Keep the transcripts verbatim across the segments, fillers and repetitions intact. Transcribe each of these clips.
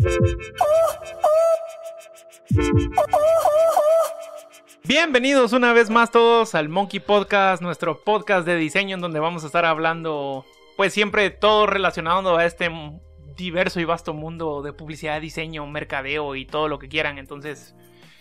Bienvenidos una vez más todos al Monkey Podcast, nuestro podcast de diseño en donde vamos a estar hablando, pues siempre todo relacionado a este diverso y vasto mundo de publicidad, diseño, mercadeo y todo lo que quieran. Entonces,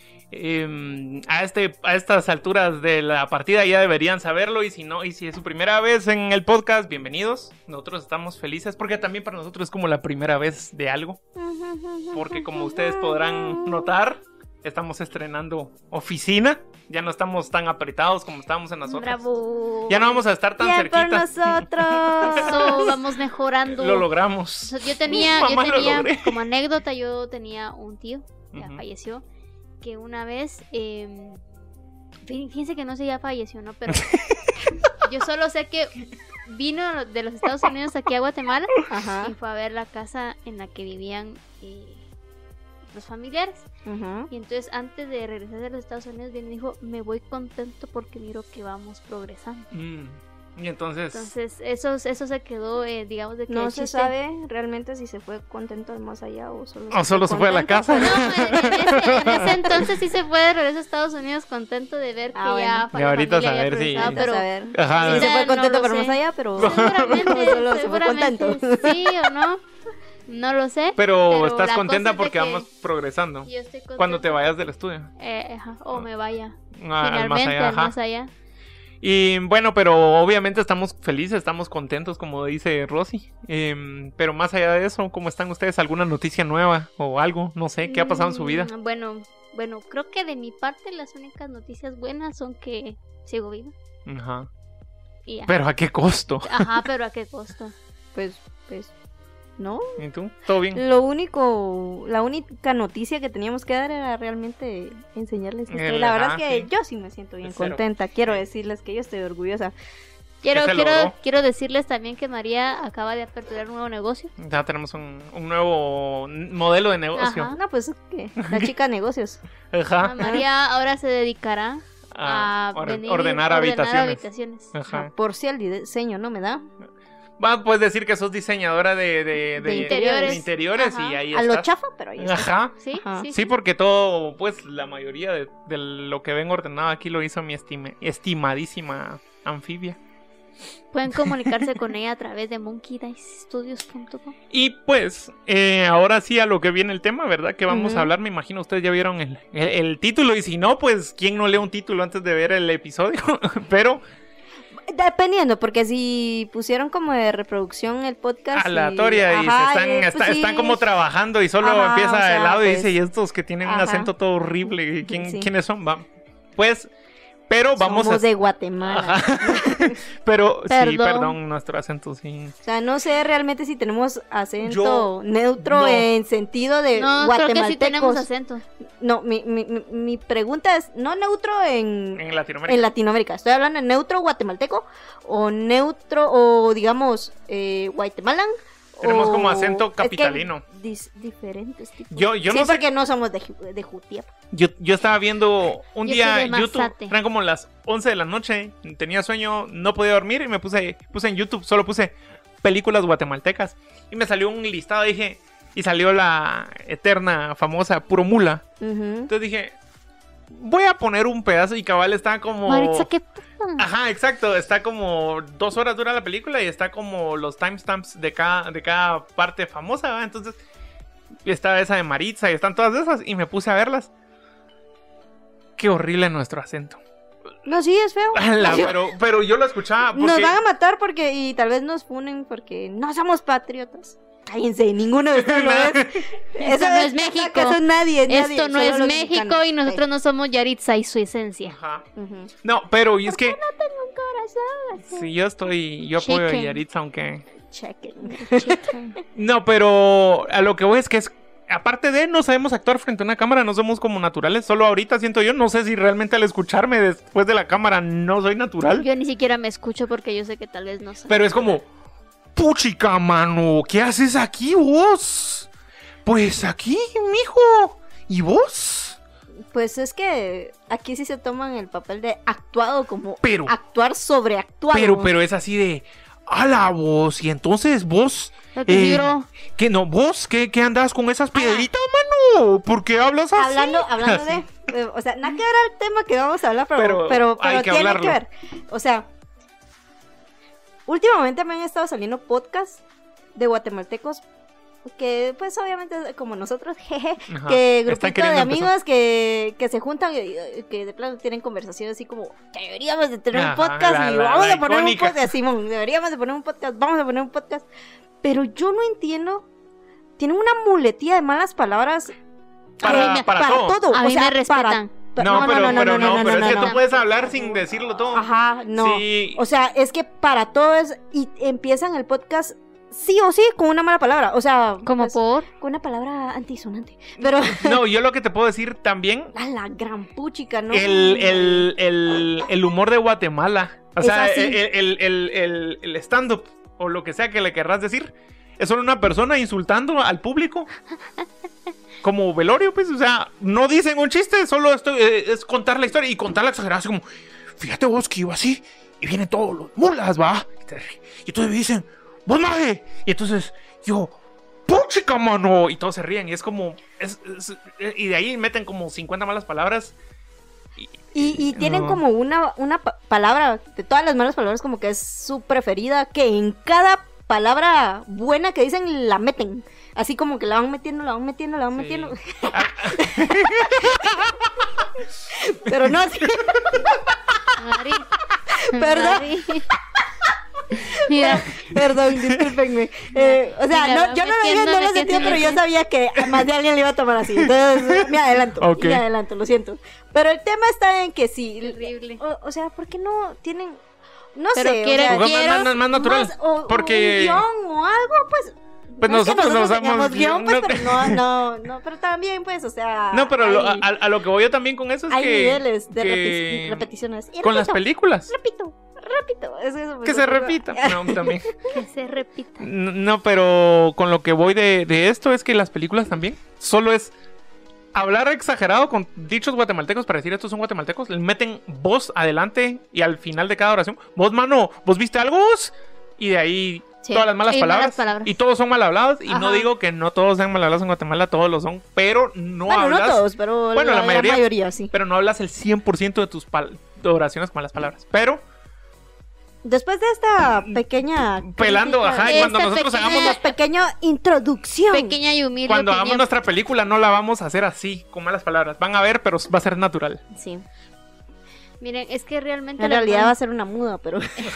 eh, a, este, a estas alturas de la partida ya deberían saberlo, y si no, y si es su primera vez en el podcast, bienvenidos. Nosotros estamos felices porque también para nosotros es como la primera vez de algo, porque como ustedes podrán notar, estamos estrenando oficina. Ya no estamos tan apretados como estábamos en las otras. ¡Bravo! Ya no vamos a estar tan Bien cerquita. por nosotros. So, vamos mejorando. Lo logramos. O sea, yo tenía, Uf, yo mamá, lo tenía logré. como anécdota, yo tenía un tío, ya Uh-huh. falleció, que una vez, eh, fíjense que no sé, ya falleció, ¿no? Pero yo solo sé que vino de los Estados Unidos aquí a Guatemala. Ajá. Y fue a ver la casa en la que vivían eh, los familiares. Uh-huh. Y entonces antes de regresar de los Estados Unidos viene y dijo, me voy contento porque miro que vamos progresando. Mm. Y entonces, Entonces eso, eso se quedó, eh, digamos, de que No el se chiste- sabe realmente si se fue contento de más allá o solo o solo se fue a la contento. casa. No, en ese, en ese entonces sí se fue de regreso a Estados Unidos contento de ver que Ah, bueno. ya Y ahorita familia había saber si- progresado, Pero, pero Ajá. sí se fue No contento lo pero sé. más allá, pero seguramente, solo se fue seguramente contento. sí o no, no lo sé. Pero, Pero estás la contenta cosa es de porque que vamos progresando. Yo estoy contenta. Cuando te vayas del estudio. Eh, ajá, o me vaya. Ah, al más Finalmente, allá, al ajá. más allá. Y bueno, pero obviamente estamos felices, estamos contentos, como dice Rosy. Eh, pero más allá de eso, ¿cómo están ustedes? ¿Alguna noticia nueva o algo? No sé, ¿qué ha pasado en su vida? Mm, Bueno, bueno, creo que de mi parte las únicas noticias buenas son que sigo viva. Ajá. Y ya. Pero ¿a qué costo? Ajá, pero ¿a qué costo? pues, pues, ¿no? ¿Y tú? ¿Todo bien? Lo único, la única noticia que teníamos que dar era realmente enseñarles esto. El- La verdad ajá, es que sí. yo sí me siento bien De cero. contenta. Quiero decirles que yo estoy orgullosa. Quiero, se quiero, logró? quiero decirles también que María acaba de aperturar un nuevo negocio. Ya tenemos un, un nuevo modelo de negocio. Ajá. No, pues, ¿qué? La chica de negocios. Ajá. María ahora se dedicará A a or- venir y ordenar habitaciones. habitaciones. Ajá. Por si el diseño no me da. Va, puedes decir que sos diseñadora de, de, De interiores. de interiores y Ajá. ahí A lo estás. chafa, pero ahí está. Ajá. Sí, Ajá. sí, Sí, porque todo, pues la mayoría de, de lo que ven ordenado aquí lo hizo mi estime- estimadísima Anfibia. Pueden comunicarse con ella a través de monkey dice studios punto com. Y pues, eh, ahora sí a lo que viene el tema, ¿verdad? Que vamos Ujú. a hablar, me imagino ustedes ya vieron el, el, el título, y si no, pues, ¿quién no lee un título antes de ver el episodio? Pero, Dependiendo, porque si pusieron como de reproducción el podcast. y- aleatoria, y Ajá, se están, y, pues, está- sí. están como trabajando y solo Ajá, empieza o sea, el audio y pues, dice, y estos que tienen un ajá. acento todo horrible, ¿quién, Sí. ¿quiénes son? Va. Pues, pero vamos Somos a... de Guatemala. Ajá. Pero, sí, Perdón. perdón, nuestro acento, sí. O sea, no sé realmente si tenemos acento Yo- neutro no. en sentido de No, creo guatemaltecos. que sí tenemos acento. No, mi, mi, mi- mi pregunta es, no neutro en, En Latinoamérica. en Latinoamérica. Estoy hablando de neutro guatemalteco o neutro o digamos eh, guatemalan. Tenemos o- como acento es que hay capitalino. dis- diferentes tipos. Yo, yo sí, no sé. porque no somos de, Ju- de Jutiapa. Yo, yo estaba viendo un Yo día soy de en YouTube, Mazate. eran como las once de la noche, tenía sueño, no podía dormir y me puse, puse en YouTube, solo puse películas guatemaltecas y me salió un listado, dije, y salió la eterna, famosa Puro Mula. Ujú. Entonces dije, voy a poner un pedazo y cabal está como... Maritza, ¿qué pasa? Ajá, exacto, está como dos horas dura la película y está como los timestamps de cada, de cada parte famosa, ¿verdad? Entonces está esa de Maritza y están todas esas y me puse a verlas. Qué horrible nuestro acento. No, sí, es feo. Ala, pero, pero yo lo escuchaba porque... Nos van a matar porque, y tal vez nos funen porque no somos patriotas. Cállense, ninguno de ustedes lo es. Esto no es México. Eso es nadie, nadie, Esto no solo es los México mexicanos. y nosotros no somos Yaritza y su esencia. Ajá. Ujú. No, pero y es que... Un corazón. Sí, yo estoy... Yo apoyo a Chicken. Yaritza, aunque... Chequen. No, pero a lo que voy es que es... Aparte de no sabemos actuar frente a una cámara, no somos como naturales. Solo ahorita siento yo, no sé si realmente al escucharme después de la cámara no soy natural. Yo ni siquiera me escucho porque yo sé que tal vez no sé. Pero es como... Puchica, mano, ¿qué haces aquí vos? Pues aquí, mijo. ¿Y vos? Pues es que aquí sí se toman el papel de actuado como Pero- actuar sobreactuado. Pero, pero es así de... ala vos, y entonces vos... Lo que sí, Eh, bro. ¿Qué no? ¿Vos qué, qué andas con esas piedritas, mano? ¿Por qué hablas así? Hablando, hablando Así. de... eh, O sea, nada que ver al tema que vamos a hablar, pero, Pero pero, pero, hay que tiene hablarlo. que ver. O sea, últimamente me han estado saliendo podcasts de guatemaltecos que, pues, obviamente, como nosotros, jeje, Ajá. que Están grupito de queriendo empezar. amigos que, que se juntan y y que de plano tienen conversaciones así como, deberíamos de tener Ajá, un podcast la- y la- vamos la a poner icónica. un podcast, Simón, deberíamos de poner un podcast, vamos a poner un podcast. Pero yo no entiendo, tienen una muletilla de malas palabras Para- que- para todo. A o mí sea, me respetan. para- No, pero no, pero no, pero es que no. tú puedes hablar sin decirlo todo. Ajá, no. Sí. O sea, es que para todo es. Y empiezan el podcast sí o sí con una mala palabra. O sea, Como pues, por. con una palabra antisonante. Pero. No, yo lo que te puedo decir también, A la gran puchica, ¿no? el, el, el, el humor de Guatemala. O Es sea, así. el, el, el, el, el stand-up, o lo que sea que le querrás decir, es solo una persona insultando al público. Como velorio, pues, o sea, no dicen un chiste, solo esto, eh, es contar la historia y contar la exageración, así como, fíjate vos que iba así, y vienen todos los mulas, va, y entonces me dicen, vos maje, y entonces yo, puchica, mano, y todos se ríen, y es como, es, es- y de ahí meten como cincuenta malas palabras. Y, y tienen No. como una, una pa- palabra, de todas las malas palabras, como que es su preferida, que en cada palabra buena que dicen la meten. Así como que la van metiendo, la van metiendo, la van Sí. metiendo. Ah, Pero no así. Mari. Perdón. Mari. Mira, Perdón, discúlpenme. Eh, o sea, Mira, no, yo no lo metiendo, dije, no lo metiendo, sentía, pero yo metiendo. sabía que a más de alguien le iba a tomar así. Entonces, me adelanto. Ok. Me adelanto, lo siento. Pero el tema está en que sí. Terrible. O, o sea, ¿por qué no tienen.? No Pero sé. quieren- o sea, Más- quiero más, más natural. más- o- porque o un guión o algo, pues. Pues no es que nosotros no usamos tengamos guión, pues, guión, pero no, no, no, pero también, pues, o sea. no, pero lo- a, hay, a lo que voy yo también con eso es hay que, niveles de que repeti- repeticiones. Y con las repito, películas Repito, repito. Es eso, pues, que se o sea, repita. No, también. que se repita. No, pero con lo que voy de, de esto es que las películas también solo es hablar exagerado con dichos guatemaltecos para decir estos son guatemaltecos. Le meten voz adelante y al final de cada oración, vos, mano, vos viste algo vos? Y de ahí Sí. todas las malas Y palabras, malas palabras. y todos son mal hablados. Y no Ajá. digo que no todos sean mal hablados en Guatemala, todos lo son, pero no Bueno, hablas. no todos, pero Bueno, la, la mayoría- la mayoría sí. Pero no hablas el cien por ciento de tus pal- de oraciones con malas palabras. Pero Después de esta pequeña pelando, crítica, ajá, y Esta cuando nosotros pequeña- hagamos esta pequeña introducción. Pequeña y humilde. cuando hagamos opinión. nuestra película no la vamos a hacer así, con malas palabras. Van a ver, pero va a ser natural. Sí. Miren, es que realmente. En la- realidad va a ser una muda, pero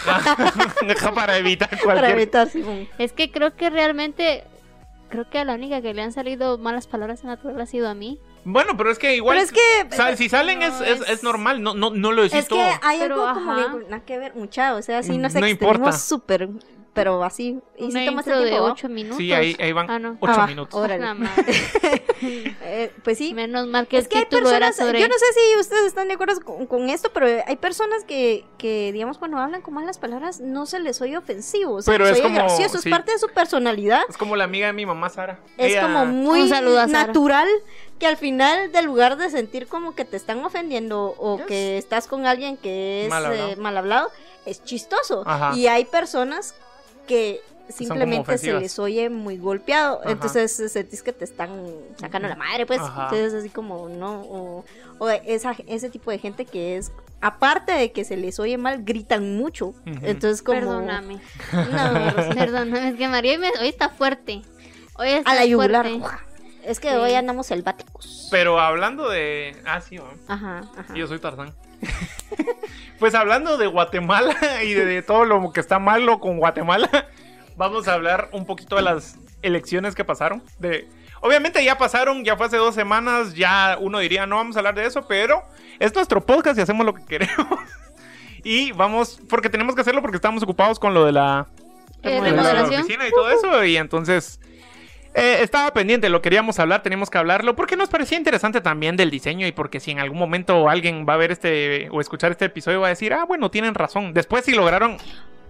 Para evitar para cualquier... evitar, sí. bueno. Es que creo que realmente. Creo que a la única que le han salido malas palabras en natural ha sido a mí. Bueno, pero es que igual... Pero es que sal- si salen no, es, es, es- es normal, no, no, no lo decís es todo. que hay Pero, algo como ajá. bien, nada que ver, mucha, o sea, sí nos No extendimos importa. súper, pero así. Y Una si tomas el intro de tiempo, ¿no? ocho minutos. Sí, ahí, ahí van Ah, no. ocho Ah, va. minutos. Órale. La madre. Eh, pues sí. Menos mal que Es el que hay título era personas, sobre. yo no sé si ustedes están de acuerdo con, con esto, pero hay personas que, que, digamos, cuando hablan con malas palabras, no se les oye ofensivo, o sea, Pero les es oye como- gracioso, sí. es parte de su personalidad. Es como la amiga de mi mamá, Sara. Es Ella- como muy Un saludo a Sara. natural que al final, del lugar de sentir como que te están ofendiendo o Yes. que estás con alguien que es Mal hablado. eh, mal hablado, es chistoso. Ajá. Y hay personas que como simplemente se ofensivas. les oye muy golpeado. Ajá. Entonces eh, sentís que te están sacando la madre, pues. Ajá. Entonces así como, ¿no? O, o esa, ese tipo de gente que es, aparte de que se les oye mal, gritan mucho. Ujú. Entonces como... Perdóname. No, Rosita. Perdóname. Es que María me- hoy está fuerte. Hoy está a la yugular. fuerte. Es que Sí. hoy andamos selváticos. Pero hablando de... Ah, sí, va. Ajá, ajá. Yo soy Tarzán. Pues hablando de Guatemala y de, de todo lo que está malo con Guatemala, vamos a hablar un poquito de las elecciones que pasaron. De, obviamente ya pasaron, ya fue hace dos semanas, ya uno diría no vamos a hablar de eso, pero es nuestro podcast y hacemos lo que queremos. Y vamos, porque tenemos que hacerlo porque estamos ocupados con lo de la, Eh, lo de la remodelación. oficina y todo eso, y entonces... Eh, estaba pendiente, lo queríamos hablar, teníamos que hablarlo, porque nos parecía interesante también del diseño y porque si en algún momento alguien va a ver este o escuchar este episodio va a decir, ah, bueno, tienen razón. Después si lograron...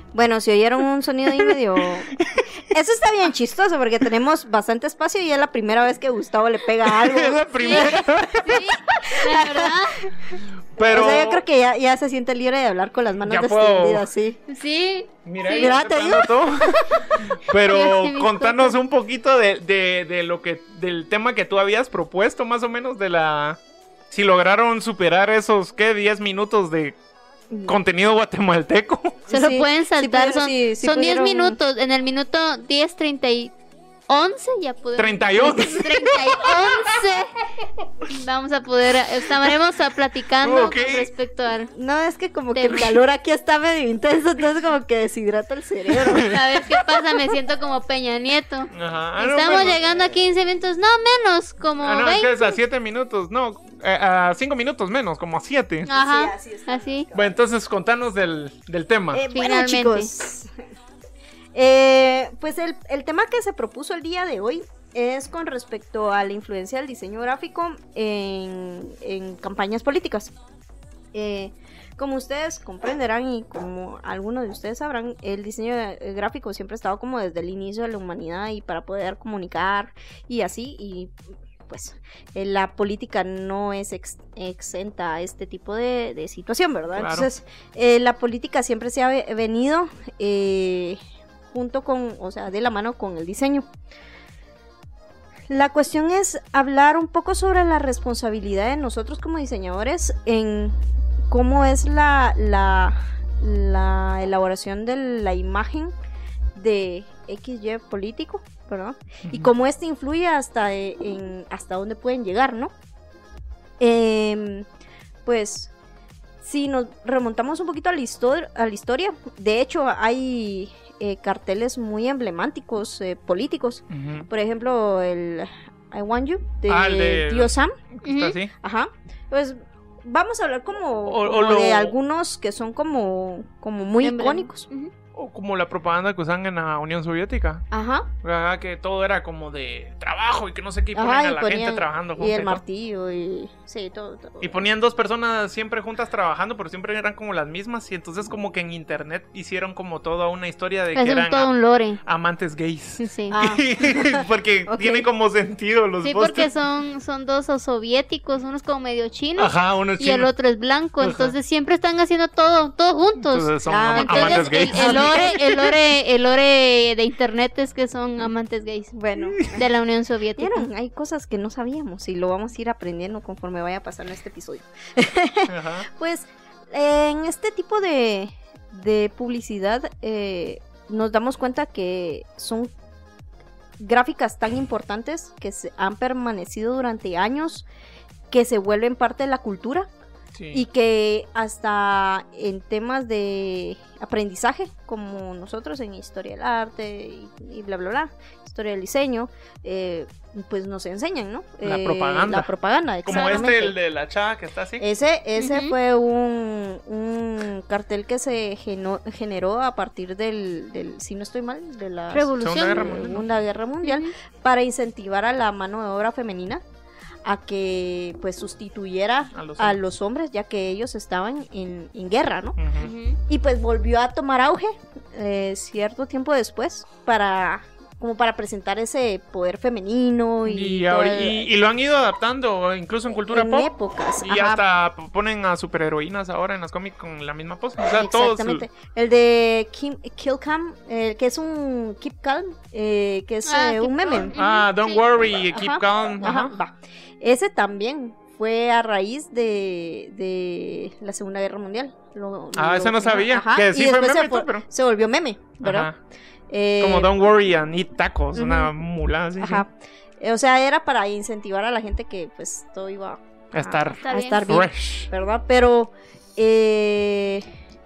Bueno, si oyeron un sonido ahí medio... Eso está bien chistoso porque tenemos bastante espacio y es la primera vez que Gustavo le pega algo. Es la primera. Sí, la verdad. Pero... O sea, yo creo que ya, ya se siente libre de hablar con las manos Ya puedo- extendidas, sí. Sí. Mira, Sí. ya Mira, te te digo. todo. Pero Ya sé mis contanos cosas. un poquito de, de, de lo que, del tema que tú habías propuesto, más o menos, de la... Si lograron superar esos, ¿qué? diez minutos de contenido guatemalteco. Se lo Sí, pueden sí saltar, pudieron- son, sí, sí son diez pudieron- minutos. En el minuto diez, treinta y once ya podemos... treinta y once. treinta y once. Vamos a poder, estaremos a- platicando Ok. con respecto al... No, es que como que Tema. el calor aquí está medio intenso, entonces como que deshidrata el cerebro. ¿Sabes qué pasa? Me siento como Peña Nieto. Ajá. Ah, no, Estamos bueno. llegando a quince minutos, no menos, como Ah, no, es que veinte. es a siete minutos, no, eh, a cinco minutos menos, como a siete. Ajá, Sí, así está. así. Bueno, entonces contanos del, del tema. Eh, bueno, Finalmente. chicos. Eh, pues el, el tema que se propuso el día de hoy es con respecto a la influencia del diseño gráfico en, en campañas políticas. Eh, como ustedes comprenderán y como algunos de ustedes sabrán, el diseño eh, gráfico siempre ha estado como desde el inicio de la humanidad y para poder comunicar y así, y pues eh, la política no es ex- exenta a este tipo de, de situación, ¿verdad? Claro. Entonces, eh, la política siempre se ha ve- venido eh, junto con, o sea, de la mano con el diseño. La cuestión es hablar un poco sobre la responsabilidad de nosotros como diseñadores en cómo es la, la, la elaboración de la imagen de equis ye político, ¿verdad? Y Ujú. cómo este influye hasta, eh, en, hasta dónde pueden llegar, ¿no? Em, pues, si nos remontamos un poquito a la, histor- a la historia, de hecho hay eh, carteles muy emblemáticos eh, políticos. Ujú. Por ejemplo, el I Want You de, Ah, el de- Tío Sam. ¿Está así? Ajá. Pues vamos a hablar como, O- o como lo- de algunos que son como, como muy Emblem- icónicos. Ujú. O como la propaganda que usaban en la Unión Soviética. Ajá. Ajá, que todo era como de trabajo y que no sé qué, y ponen Ajá, a y la ponían- gente trabajando Y juntos. el y todo. martillo y... Sí, todo, todo. Y ponían dos personas siempre juntas trabajando, pero siempre eran como las mismas. Y entonces como que en internet hicieron como toda una historia de Es que un, eran todo a- un lore. amantes gays. Sí. Ah, Porque Ok. tiene como sentido los Sí, pósters. porque son, son dos soviéticos, uno es como medio chino Ajá, uno es y el chino. otro es blanco, Ajá. entonces siempre están haciendo todo, todos juntos. Entonces son Ah, ama- Entonces, amantes el, gays. el lore, el lore, el lore de internet es que son amantes gays bueno. de la Unión Soviética. Vieron, hay cosas que no sabíamos y lo vamos a ir aprendiendo conforme vaya pasando este episodio. Ajá. Pues en este tipo de, de publicidad eh, nos damos cuenta que son gráficas tan importantes que se han permanecido durante años, que se vuelven parte de la cultura Sí. y que hasta en temas de aprendizaje, como nosotros en historia del arte y, y bla bla bla, historia del diseño, eh, pues nos enseñan, ¿no? La Eh, propaganda. La propaganda, Como exactamente. este, el de la chava que está así. Ese, ese Ujú. fue un, un cartel que se geno- generó a partir del, del, si no estoy mal, de la Revolución. Segunda Guerra Mundial. Segunda Guerra Mundial, Ujú. para incentivar a la mano de obra femenina a que pues sustituyera A los a hombres. los hombres, ya que ellos estaban en, en guerra, ¿no? Ujú. Ujú. Y pues volvió a tomar auge eh, cierto tiempo después para como para presentar ese poder femenino y, Y, todo ahora- el- y- y lo han ido adaptando, incluso en cultura en pop. épocas. Y ajá. hasta p- ponen a superheroínas ahora en las cómics con la misma pose. O sea, todos. Exactamente. El de Kim, Kill Cam, eh, que es un Keep Calm, eh, que es Ah, eh, Keep un meme. Calm. Ah, don't Sí. worry, keep Ajá, calm. Ajá, Ajá. va. Ese también fue a raíz de, de la Segunda Guerra Mundial. Lo- Ah, lo- ese no sabía. ajá, Que sí y fue después meme se, y todo, fue- pero- se volvió meme, ¿verdad? Ajá. Eh, Como don't worry and eat tacos, ujú. una mulada así. Ajá. Eh, O sea, era para incentivar a la gente que pues todo iba A estar Está a bien. estar bien, fresh. ¿verdad? Pero eh,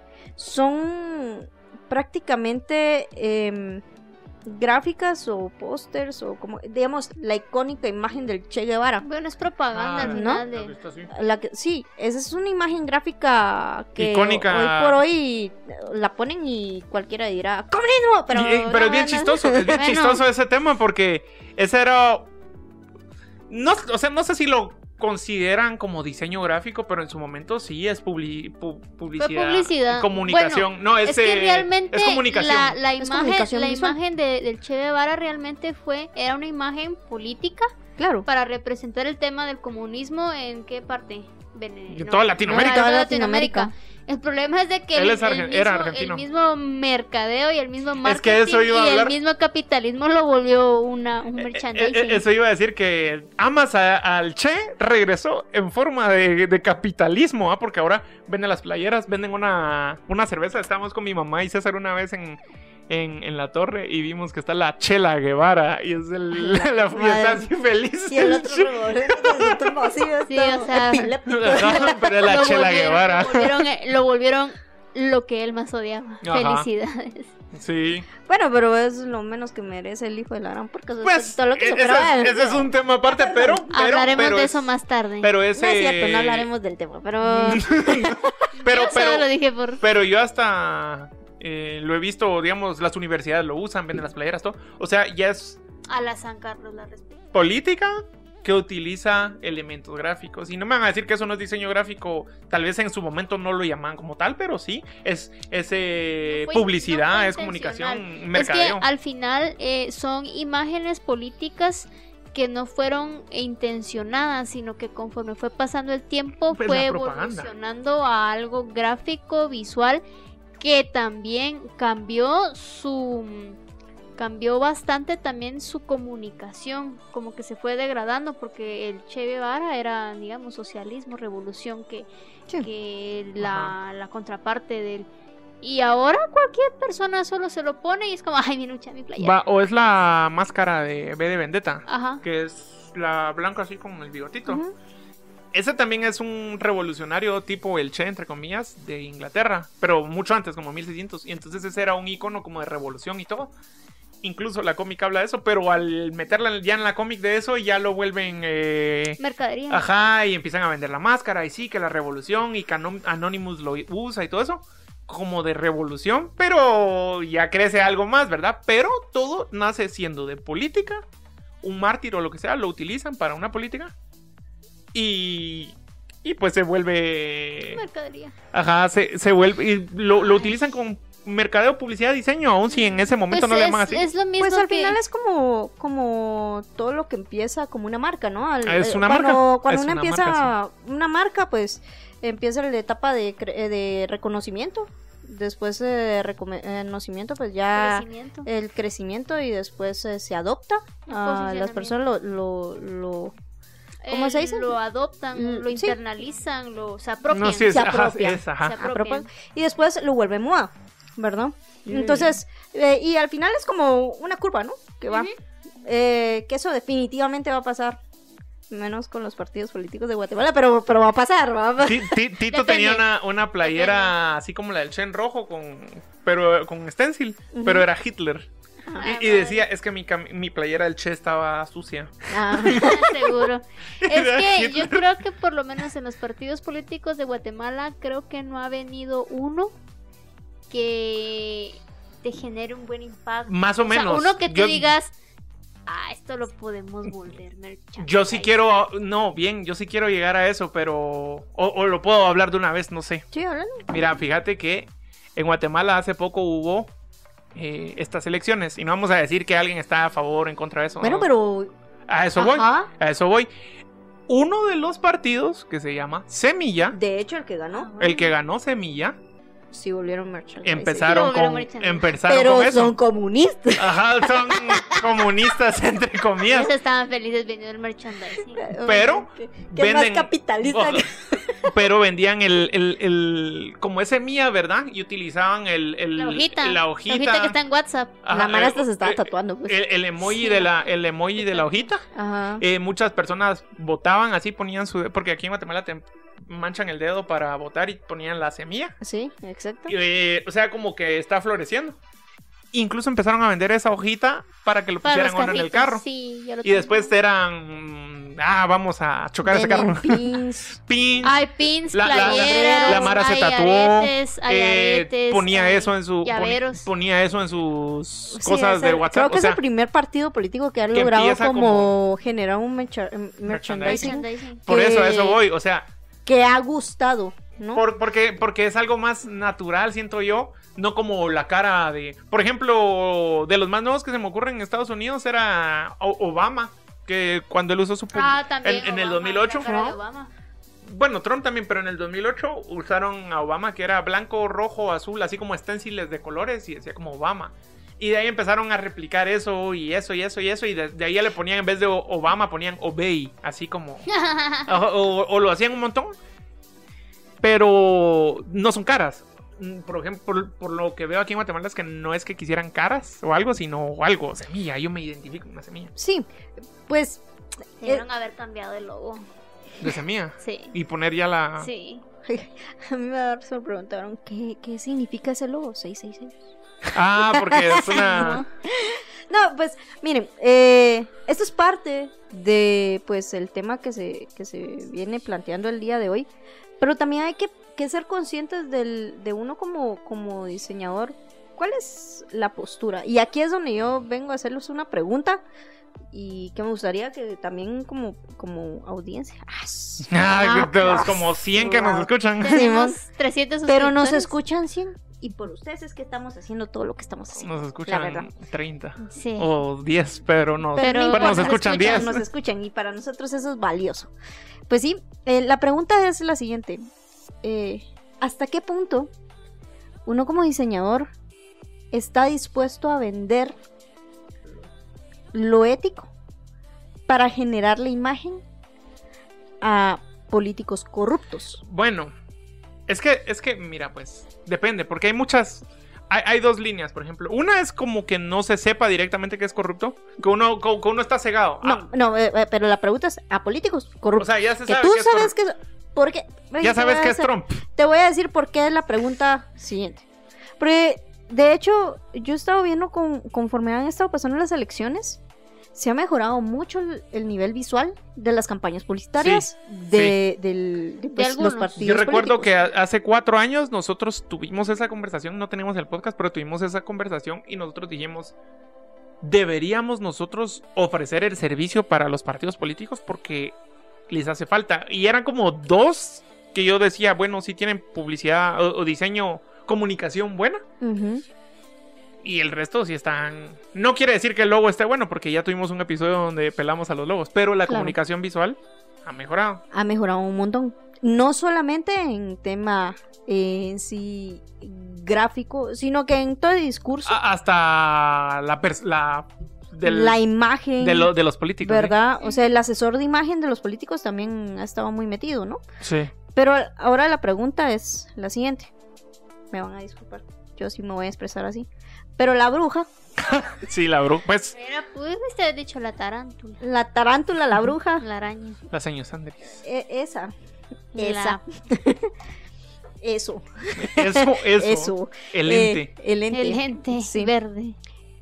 son prácticamente em, gráficas o pósters o como, digamos, la icónica imagen del Che Guevara. Bueno, es propaganda Ah, al ¿no? final ¿Has de... visto así? La que, sí, esa es una imagen gráfica que Icónica. hoy por hoy la ponen y cualquiera dirá ¡comunismo! Pero, Y- eh, pero es no, bien no. chistoso, es bien Bueno. chistoso ese tema porque ese era... No, o sea, no sé si lo consideran como diseño gráfico, pero en su momento sí es publi pu publicidad, Fue publicidad. comunicación. Bueno, no, es, es que eh, realmente es comunicación. la, la Es imagen, comunicación la visual. imagen de, del Che Guevara realmente fue, era una imagen política Claro. para representar el tema del comunismo en qué parte. Vene- En no, toda Latinoamérica. en toda Toda Latinoamérica. Latinoamérica. El problema es de que Él el, es argen- el mismo, era argentino. el mismo mercadeo y el mismo marketing Es que eso iba a y hablar. el mismo capitalismo lo volvió una, un Eh, merchandising. eh, Eso iba a decir que amas a- al Che regresó en forma de, de capitalismo, ¿ah? Porque ahora venden las playeras, venden una, una cerveza. Estábamos con mi mamá y César una vez en, en, en la torre y vimos que está la Chela Guevara y es el, Ay, la, madre. y están así felices. Y el otro revolviendo así, Sí, o sea, epiléptico. Ajá, pero es la Lo Chela volvieron- Guevara. Lo volvieron, eh, lo volvieron lo que él más odiaba. Ajá. Felicidades. Sí. Bueno, pero es lo menos que merece el hijo de la gran porque eso Pues, es todo lo que se ese, esperaba. es, ese es un tema aparte, pero... pero Hablaremos pero de es- eso más tarde. Pero ese... No es cierto, no hablaremos del tema, pero... pero, Yo solo pero, lo dije por... pero yo hasta... eh, lo he visto, digamos, las universidades lo usan, venden las playeras, todo. O sea, ya es A la San Carlos la respeto. política que utiliza elementos gráficos. Y no me van a decir que eso no es diseño gráfico. Tal vez en su momento no lo llamaban como tal, pero sí. Es, es eh, No fue- publicidad, no fue es comunicación, intencional. mercadeo. Es que al final eh, son imágenes políticas que no fueron intencionadas, sino que conforme fue pasando el tiempo Pues fue la propaganda. evolucionando a algo gráfico, visual, que también cambió su... cambió bastante también su comunicación, como que se fue degradando porque el Che Guevara era, digamos, socialismo, revolución, que, Sí. que la, la contraparte del... Y ahora cualquier persona solo se lo pone y es como, ay, mi lucha, mi playa. Va, o es la máscara de B de Vendetta, Ajá. que es la blanca así con el bigotito. Ujú. Ese también es un revolucionario tipo el Che, entre comillas, de Inglaterra, pero mucho antes, como mil seiscientos. Y entonces ese era un icono como de revolución y todo. Incluso la cómic habla de eso, pero al meterla ya en la cómic de eso, ya lo vuelven... eh, Mercadería. Ajá, y empiezan a vender la máscara, y sí, que la revolución, y que Anom- Anonymous lo usa y todo eso, como de revolución, pero ya crece algo más, ¿verdad? Pero todo nace siendo de política, un mártir o lo que sea, lo utilizan para una política, y, y pues se vuelve... Mercadería. Ajá, se, se vuelve, y lo, lo utilizan con mercadeo, publicidad, diseño, aun si en ese momento Pues no le es, llaman así. es lo mismo Pues al que... final es como, como todo lo que empieza como una marca, ¿no? Al- Es eh, una cuando, marca. Cuando Es uno una empieza marca, una marca, pues empieza la etapa de, cre- eh, de reconocimiento. Después de reconocimiento, pues ya crecimiento. el crecimiento y después eh, se adopta. a las personas lo... lo, lo ¿cómo Eh, se dice? Lo adoptan, Mm, lo sí. internalizan, lo se apropian. No, sí, es, se ajá, apropian. es, ajá. Se apropian. apropian, y después lo vuelve moda, ¿verdad? Mm. Entonces, eh, y al final es como una curva, ¿no? Que va. Ujú. Eh, que eso definitivamente va a pasar. Menos con los partidos políticos de Guatemala, pero, pero va a pasar, va a pasar. Ti- ti- Tito Depende. tenía una, una playera así como la del Chen rojo, con pero con stencil, Ujú. pero era Hitler. Ah, Y, y madre. decía, es que mi, cam- mi playera del Che estaba sucia. Ah, Seguro. Es Era que Hitler. yo creo que por lo menos en los partidos políticos de Guatemala creo que no ha venido uno que te genere un buen impacto. Más o O sea, menos. uno que tú Yo- digas, ah, esto lo podemos volver merchandising. Yo sí quiero, no, bien, yo sí quiero llegar a eso, pero... O, o lo puedo hablar de una vez, no sé. sí, hablando. Mira, fíjate que en Guatemala hace poco hubo eh, estas elecciones. Y no vamos a decir que alguien está a favor o en contra de eso. Bueno, ¿no? pero. A eso voy, Ajá. a eso voy. Uno de los partidos que se llama Semilla, De hecho, el que ganó, el que ganó Semilla, sí volvieron merchandising. empezaron Sí, volvieron con, merchandising. empezaron Pero con eso. son comunistas. Ajá, son comunistas entre comillas. Ellos estaban felices vendiendo el merchandising. Pero Que, que es más venden- capitalista. que- Pero vendían el, el, el como ese Semilla, ¿verdad? Y utilizaban el, el- La hojita. la hojita. La hojita que está en WhatsApp. Ajá, La mara hasta eh, se estaba eh, tatuando, pues. El, el emoji Sí. de la, el emoji de la hojita. Ajá. Eh, muchas personas votaban así, ponían su... Porque aquí en Guatemala te manchan el dedo para votar y ponían la semilla. Sí, exacto. Eh, o sea, como que está floreciendo. Incluso empezaron a vender esa hojita para que lo Para pusieran los uno en el carritos, carro. Sí, ya lo Y tengo. después eran ah, vamos a chocar ese carro. Pins. Pins. Hay pins, La- la- playeras, la Mara se hay tatuó, aretes, hay eh, aretes, ponía hay eso en su pon- llaveros. ponía eso en sus Sí, cosas es de el- WhatsApp. Creo que O sea, es el primer partido político que ha que logrado empieza como, como- generar un mercha- merchandising Merchandising. por que- eso a eso voy. O sea, que ha gustado, ¿no? por- porque, porque es algo más natural, siento yo. No como la cara de. Por ejemplo, de los más nuevos que se me ocurren en Estados Unidos era O- Obama. Que cuando él usó su. pu- Ah, también. en, en el Obama, dos mil ocho. la cara de Obama. Bueno, Trump también, pero en el dos mil ocho usaron a Obama, que era blanco, rojo, azul, así como esténciles de colores, y decía como Obama. Y de ahí empezaron a replicar eso, y eso, y eso, y eso, y de, de ahí ya le ponían, en vez de O- Obama, ponían Obey, así como... o, o- o lo hacían un montón, pero no son caras. Mm, Por ejemplo, por, por lo que veo aquí en Guatemala es que no es que quisieran caras o algo, sino algo, semilla, yo me identifico con una semilla. Sí, pues Debieron haber cambiado el logo. De semilla. Sí. Y poner ya la... Sí. a mí me se me preguntaron ¿qué, qué significa ese logo seis seis seis. Ah, porque es una... No, pues miren, eh, esto es parte de pues el tema que se, que se viene planteando el día de hoy, pero también hay que, que ser conscientes del, de uno como, como diseñador, cuál es la postura. Y aquí es donde yo vengo a hacerles una pregunta y que me gustaría que también como, como audiencia. Ah, todos como cien que nos escuchan. Tenemos trescientos Pero nos suscriptores. escuchan cien. Y por ustedes es que estamos haciendo todo lo que estamos haciendo. Nos la escuchan verdad. treinta Sí. o diez, pero nos, Pero pero igual nos nos escuchan escuchan, diez. Nos escuchan y para nosotros eso es valioso. Pues sí, eh, la pregunta es la siguiente. Eh, ¿Hasta qué punto uno como diseñador está dispuesto a vender lo ético para generar la imagen a políticos corruptos? Bueno, es que, es que, mira, pues, depende, porque hay muchas, hay, hay dos líneas, por ejemplo. Una es como que no se sepa directamente que es corrupto, que uno, que, que uno está cegado. No, Ah, no, eh, eh, pero la pregunta es a políticos o corruptos. sea, ya se que sabe tú que es sabes corrupto. que... Porque, Ya sabes que es Trump. Trump. Te voy a decir por qué es la pregunta siguiente. Porque, de hecho, yo he estado viendo con, conforme han estado pasando las elecciones, se ha mejorado mucho el, el nivel visual de las campañas publicitarias de, del- de, pues, algunos. los partidos Yo recuerdo políticos. que a- hace cuatro años nosotros tuvimos esa conversación, no tenemos el podcast, pero tuvimos esa conversación y nosotros dijimos, deberíamos nosotros ofrecer el servicio para los partidos políticos porque les hace falta. Y eran como dos que yo decía, bueno, si tienen publicidad o, o diseño, comunicación buena. Ujú. Y el resto sí están... No quiere decir que el logo esté bueno, porque ya tuvimos un episodio donde pelamos a los logos, pero la Claro. comunicación visual ha mejorado. Ha mejorado un montón. No solamente en tema eh, en sí gráfico, sino que en todo el discurso, A- hasta la... pers- la del- la imagen, de, lo- de los políticos. ¿sí? ¿verdad? O sea, el asesor de imagen de los políticos también ha estado muy metido, ¿no? Sí. Pero ahora la pregunta es la siguiente. Me van a disculpar, yo sí me voy a expresar así. Pero la bruja, Sí, la bruja. Pues Mira, pudiste haber dicho la tarántula. la tarántula, la bruja, La araña. la señor Sanders. e- esa, La- esa, eso, Eso, eso. eso. El Eh, ente. el ente. El gente Sí. verde.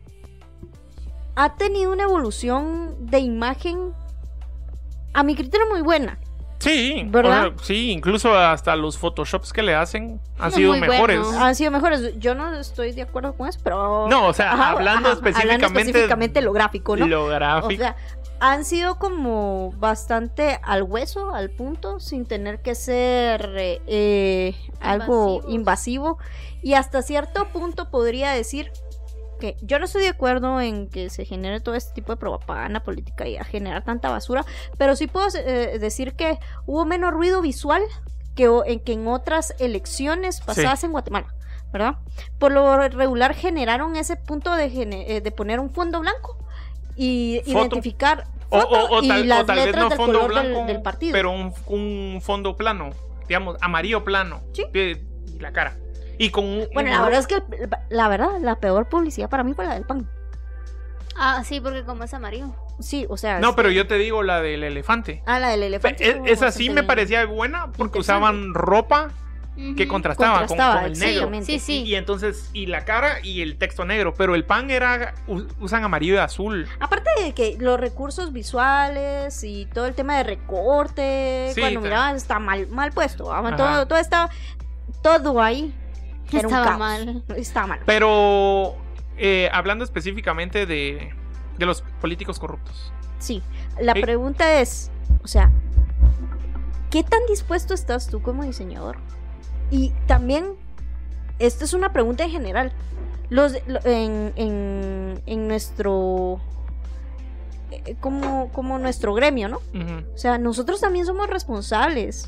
Ha tenido una evolución de imagen, a mi criterio, muy buena. Sí, ¿verdad? o sea, sí, incluso hasta los photoshops que le hacen han Son sido muy mejores. buenos. Han sido mejores. Yo no estoy de acuerdo con eso, pero... No, o sea, Ajá, hablando, ajá, específicamente hablando específicamente de lo gráfico, ¿no? lo O gráfico. sea, han sido como bastante al hueso, al punto, sin tener que ser eh, eh, algo Invasivos. invasivo. Y hasta cierto punto podría decir que yo no estoy de acuerdo en que se genere todo este tipo de propaganda política y a generar tanta basura, pero sí puedo eh, decir que hubo menos ruido visual que, o- en, que en otras elecciones pasadas Sí. en Guatemala, ¿verdad? Por lo regular generaron ese punto de, gene- eh, de poner un fondo blanco y Foto. identificar O, foto o- o y tal, las o tal vez letras no del fondo color del- blanco, del, partido. pero un, un fondo plano, digamos, amarillo plano. Sí. eh, Y la cara. Y con un, Bueno, un- la verdad es que el- la verdad, la peor publicidad para mí fue la del pan. Ah, sí, porque como es amarillo. Sí, o sea. No, es- pero yo te digo la del elefante. Ah, la del elefante. Es- estuvo esa sí bastante me bien. parecía buena porque Interesante. usaban ropa Ujú. que contrastaba, Contrastaba, con, con el negro. exactamente. Sí, sí. Y entonces, y la cara y el texto negro, pero el pan era, u- usan amarillo y azul. Aparte de que los recursos visuales y todo el tema de recorte, Sí, cuando ta- mirabas está mal, mal puesto. ah, Ajá. Todo, todo estaba, todo ahí era un Estaba caos. mal. Estaba mal. Pero eh, hablando específicamente de, de los políticos corruptos. Sí, la Sí. pregunta es, o sea, ¿qué tan dispuesto estás tú como diseñador? Y también, esto es una pregunta en general. Los, lo- en, en, en nuestro, eh, como, como nuestro gremio, ¿no? Ujú. O sea, nosotros también somos responsables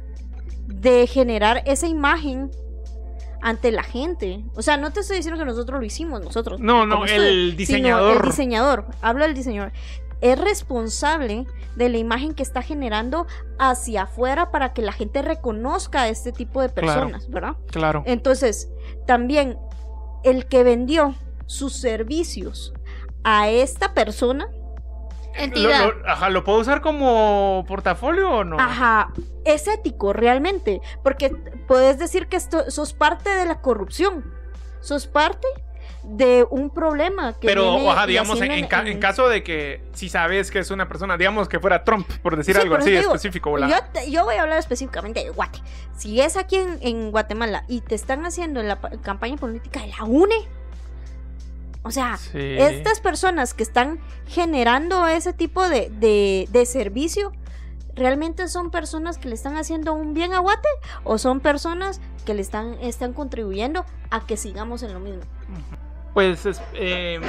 de generar esa imagen ante la gente. O sea, no te estoy diciendo que nosotros lo hicimos, nosotros. No, no, como el estudio, diseñador. sino el diseñador, hablo del diseñador. Es responsable de la imagen que está generando hacia afuera para que la gente reconozca a este tipo de Claro. personas, ¿verdad? Claro. Entonces, también el que vendió sus servicios a esta persona, Entidad. Lo, lo- ajá, ¿lo puedo usar como portafolio o no? ajá, es ético realmente, porque puedes decir que esto, sos parte de la corrupción, sos parte de un problema que Pero, viene ajá, y digamos, en, haciendo en ca- en caso de que si sabes que es una persona, digamos que fuera Trump, por decir Sí, algo por eso así te digo, específico. ¿verdad? Yo, te- yo voy a hablar específicamente de Guate. Si es aquí en, en Guatemala y te están haciendo la pa- campaña política de la U N E, o sea, Sí. estas personas que están generando ese tipo de, de, de servicio, ¿realmente son personas que le están haciendo un bien a Guate? ¿O son personas que le están, están contribuyendo a que sigamos en lo mismo? Pues, es- eh,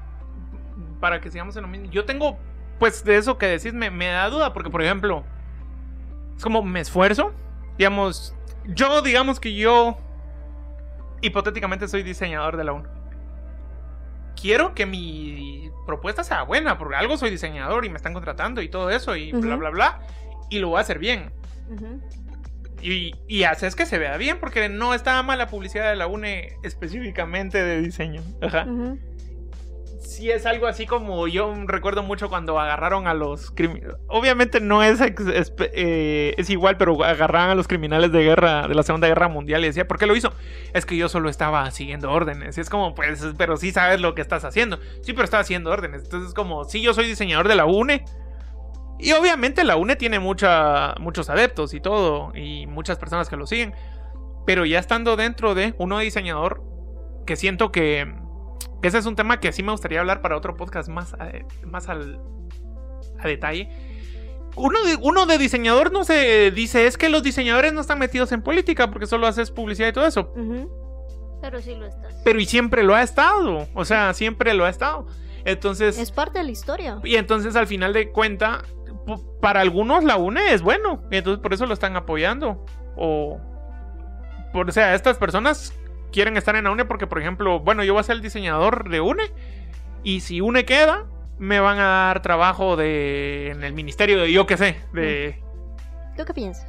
para que sigamos en lo mismo. Yo tengo, pues, de eso que decís, me, me da duda, porque, por ejemplo, es como me esfuerzo, digamos, yo, digamos que yo, hipotéticamente, soy diseñador de la U N E. Quiero que mi propuesta sea buena, porque algo soy diseñador y me están contratando y todo eso, y bla, Ujú. bla, bla, y lo voy a hacer bien. Ujú. Y, y haces que se vea bien, porque no está mal la publicidad de la U N E específicamente de diseño. Ajá. Ujú. Sí, es algo así como yo recuerdo mucho cuando agarraron a los criminales. Obviamente no es, ex- es, eh, es igual, pero agarraban a los criminales de guerra, de la Segunda Guerra Mundial, y decía, ¿por qué lo hizo? Es que yo solo estaba siguiendo órdenes. Y es como, pues, pero sí sabes lo que estás haciendo. Sí, pero estaba haciendo órdenes. Entonces es como, sí, yo soy diseñador de la U N E. Y obviamente la U N E tiene mucha, muchos adeptos y todo, y muchas personas que lo siguen. Pero ya estando dentro de uno diseñador, que siento que, que ese es un tema que sí me gustaría hablar para otro podcast más, a, más al, a detalle. Uno de, uno de diseñador no se dice, es que los diseñadores no están metidos en política porque solo haces publicidad y todo eso. Ujú. Pero sí lo estás. Pero y siempre lo ha estado. O sea, siempre lo ha estado. Entonces... Es parte de la historia. Y entonces al final de cuenta, p- para algunos la U N E es bueno. Y entonces por eso lo están apoyando. O, por, o sea, estas personas quieren estar en la U N E porque, por ejemplo, bueno, yo voy a ser el diseñador de U N E. Y si U N E queda, me van a dar trabajo de en el ministerio de yo qué sé. De... ¿Tú qué piensas?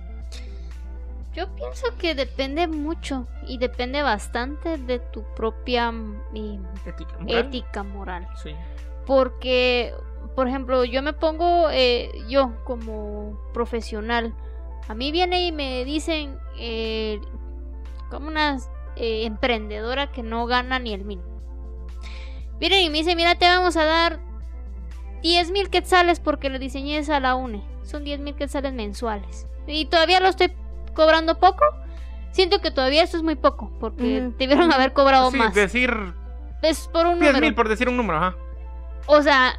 Yo pienso que depende mucho y depende bastante de tu propia mm, y Ética moral. ética moral. Sí. Porque, por ejemplo, yo me pongo, eh, yo como profesional, a mí viene y me dicen, eh, como una eh, emprendedora que no gana ni el mil. Vienen y me dicen, mira, te vamos a dar diez mil quetzales porque le diseñé a la U N E. Son diez mil quetzales mensuales. Y todavía lo estoy cobrando poco. Siento que todavía esto es muy poco, porque Ujú. debieron haber cobrado Sí, más. decir Es por un diez número. mil por decir un número, ajá. O sea,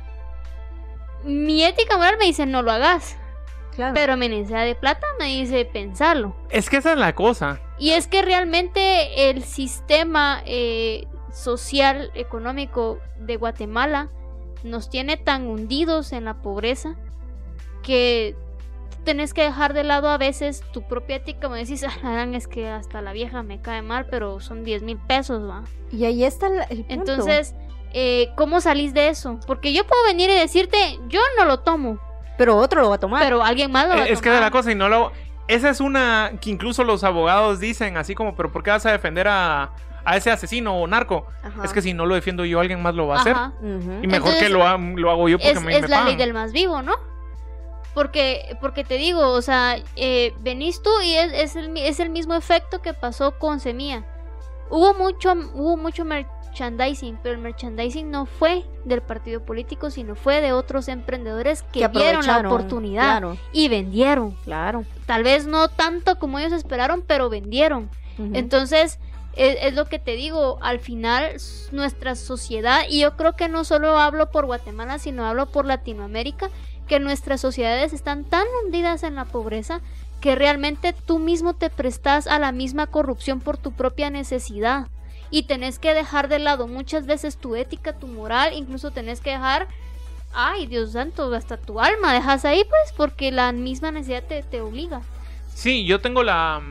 mi ética moral me dice no lo hagas. Claro. Pero mi necesidad de plata me dice pensarlo. Es que esa es la cosa. Y es que realmente el sistema eh, social, económico de Guatemala nos tiene tan hundidos en la pobreza que tenés que dejar de lado a veces tu propia ética. Me decís, ah, es que hasta la vieja me cae mal, pero son diez mil pesos, ¿va? Y ahí está el, el punto. Entonces, eh, ¿cómo salís de eso? Porque yo puedo venir y decirte, yo no lo tomo, Pero otro lo va a tomar. pero alguien más lo va a Eh, es tomar. que de la cosa y no lo... Esa es una que incluso los abogados dicen así como, pero ¿por qué vas a defender a, a ese asesino o narco? Ajá. Es que si no lo defiendo yo, alguien más lo va a hacer. Ajá. Ujú. Y mejor Entonces, que lo, ha- lo hago yo porque Es, me, es me la pagan. ley del más vivo, ¿no? Porque, porque te digo, o sea, eh, venís tú y es, es, el, es el mismo efecto que pasó con Semilla. Hubo mucho, hubo mucho merchandising, pero el merchandising no fue del partido político, sino fue de otros emprendedores que, que vieron la oportunidad, claro, y vendieron. Claro. Tal vez no tanto como ellos esperaron, pero vendieron. Uh-huh. Entonces, es, es lo que te digo, al final nuestra sociedad, y yo creo que no solo hablo por Guatemala, sino hablo por Latinoamérica, que nuestras sociedades están tan hundidas en la pobreza que realmente tú mismo te prestas a la misma corrupción por tu propia necesidad y tenés que dejar de lado muchas veces tu ética, tu moral, incluso tenés que dejar, ay Dios santo, hasta tu alma dejas ahí pues porque la misma necesidad te, te obliga. Sí, yo tengo la...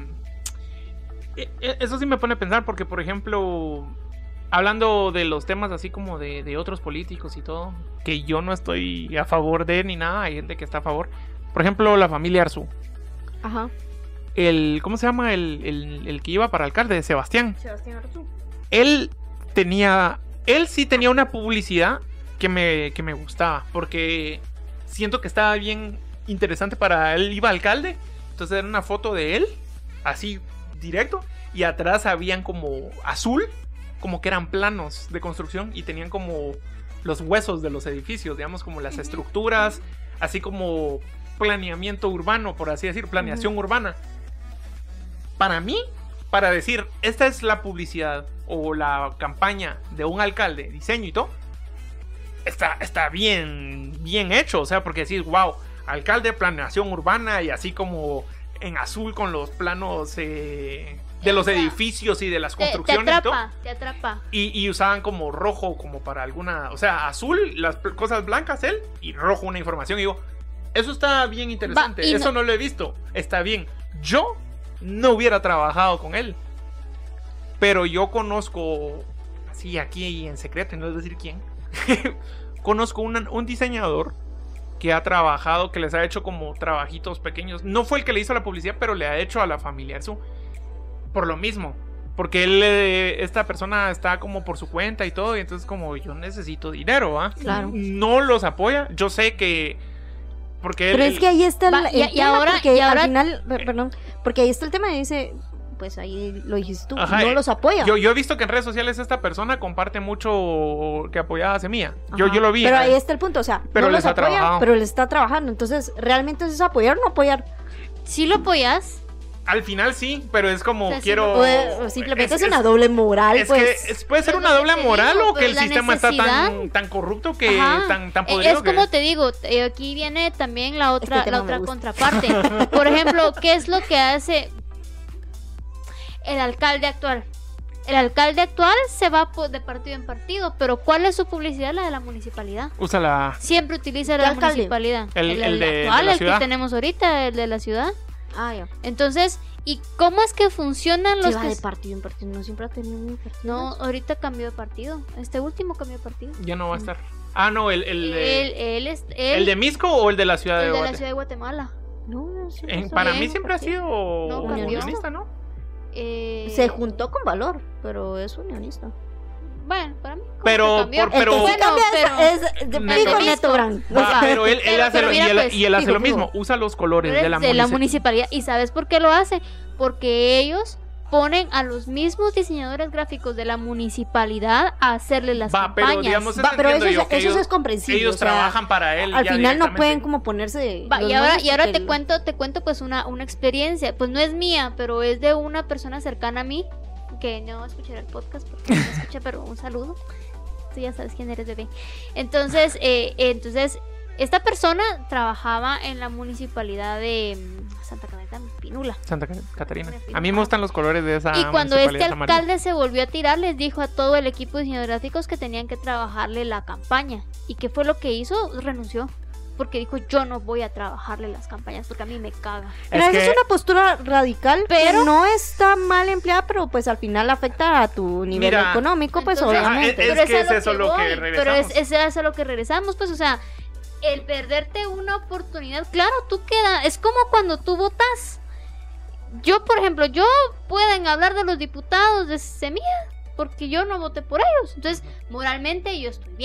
Eso sí me pone a pensar porque, por ejemplo, hablando de los temas así como de, de otros políticos y todo, que yo no estoy a favor de ni nada, hay gente que está a favor. Por ejemplo, la familia Arzú. Ajá. El, ¿cómo se llama? El, el, el que iba para alcalde, Sebastián. Sebastián Arzú. Él tenía, él sí tenía una publicidad que me, que me gustaba, porque siento que estaba bien interesante para él. Iba alcalde, entonces era una foto de él, así directo, y atrás habían como azul, como que eran planos de construcción y tenían como los huesos de los edificios, digamos, como las estructuras, así como planeamiento urbano, por así decir, planeación uh-huh. urbana. Para mí, para decir, esta es la publicidad o la campaña de un alcalde, diseño y todo, está, está bien, bien hecho, o sea, porque decís, wow, alcalde, planeación urbana y así como en azul con los planos eh, de los edificios y de las construcciones. Te, te atrapa, y todo. te atrapa. Y, y usaban como rojo como para alguna, o sea, azul las cosas blancas él y rojo una información y digo, eso está bien interesante. Va, Eso no... no lo he visto. Está bien. Yo no hubiera trabajado con él. Pero yo conozco, así aquí en secreto, no es decir quién. Conozco una, un diseñador que ha trabajado, que les ha hecho como trabajitos pequeños. No fue el que le hizo la publicidad, pero le ha hecho a la familia Arzú. Por lo mismo. Porque él, esta persona está como por su cuenta y todo. Y entonces como yo necesito dinero, ¿ah? Claro. No los apoya. Yo sé que... Porque pero él, es que ahí está va, el, y, el y tema ahora, porque y ahora, al final, perdón, porque ahí está el tema y dice, pues ahí lo dijiste tú, ajá, no los apoya. Yo, yo he visto que en redes sociales esta persona comparte mucho que apoyaba a Semilla. Yo, yo lo vi. Pero ahí está el punto, o sea, pero no les los ha apoya, trabajado. pero les está trabajando. Entonces, ¿realmente es apoyar o no apoyar? ¿Sí lo apoyas? Al final sí, pero es como o sea, quiero... O, o simplemente es, es una doble moral, es pues. Que es, puede ser una doble moral digo, o que el sistema necesidad... está tan, tan corrupto que Ajá. tan, tan podrido. Es como que... te digo, aquí viene también la otra, este la otra contraparte. Por ejemplo, ¿qué es lo que hace el alcalde actual? El alcalde actual se va de partido en partido, pero ¿cuál es su publicidad? La de la municipalidad. Usa la... Siempre utiliza la alcalde? municipalidad. El, el, el de, actual, de la el ciudad. que tenemos ahorita, el de la ciudad. Ah, ya. Entonces, ¿y cómo es que funcionan los Se va que... de partido en partido, no siempre ha tenido un partido. No, ahorita cambió de partido. Este último cambió de partido. Ya no va a estar. Ah, no, el... ¿El, de, él, él es, él, ¿el de Misco o el de la ciudad el de de Guatemala? la ciudad de Guatemala. No, no, sí, En, no para bien, mí siempre ha sido no, cambió. unionista, ¿no? Eh... Se juntó con Valor, pero es unionista. Bueno, para mí. Pero, cambió? por, pero... El que sí cambia pero, es, es de Neto. fijo Neto Brand. Va, O sea, pero él, él pero- hace pero lo, mira, y él, pues, y él hace fijo, lo mismo, fijo. usa los colores de de la, la munici- municipalidad. ¿Y sabes por qué lo hace? Porque ellos ponen a los mismos diseñadores gráficos de la municipalidad a hacerle las Va, campañas. pero digamos, Va, pero entiendo eso, yo es, que eso ellos, es comprensible. ellos o sea, trabajan para él. al ya final no directamente. pueden como ponerse. Va, los y ahora, nombres y ahora porque te cuento, te cuento pues una, una experiencia. Pues no es mía, pero es de una persona cercana a mí que no escuchará el podcast porque no escucha, pero un saludo. Tú ya sabes quién eres, bebé. Entonces, eh, entonces esta persona trabajaba en la municipalidad de mm, Santa Catarina, Pinula. Santa Catarina. A mí me gustan los colores de esa Y cuando este municipalidad alcalde amarilla. se volvió a tirar, les dijo a todo el equipo de diseñadores gráficos que tenían que trabajarle la campaña. ¿Y qué fue lo que hizo? Renunció. Porque dijo, yo no voy a trabajarle las campañas porque a mí me caga. Pero Es esa que- es una postura radical, Pero- que no está mal empleada, pero pues al final afecta a tu nivel Mira, económico, pues entonces- obviamente. Es pero que a es eso lo que voy, regresamos. Pero es, es a eso lo que regresamos, pues, o sea, el perderte una oportunidad, claro, tú queda, es como cuando tú votas. Yo, por ejemplo, yo pueden hablar de los diputados de Semilla, porque yo no voté por ellos. Entonces, moralmente yo estoy bien.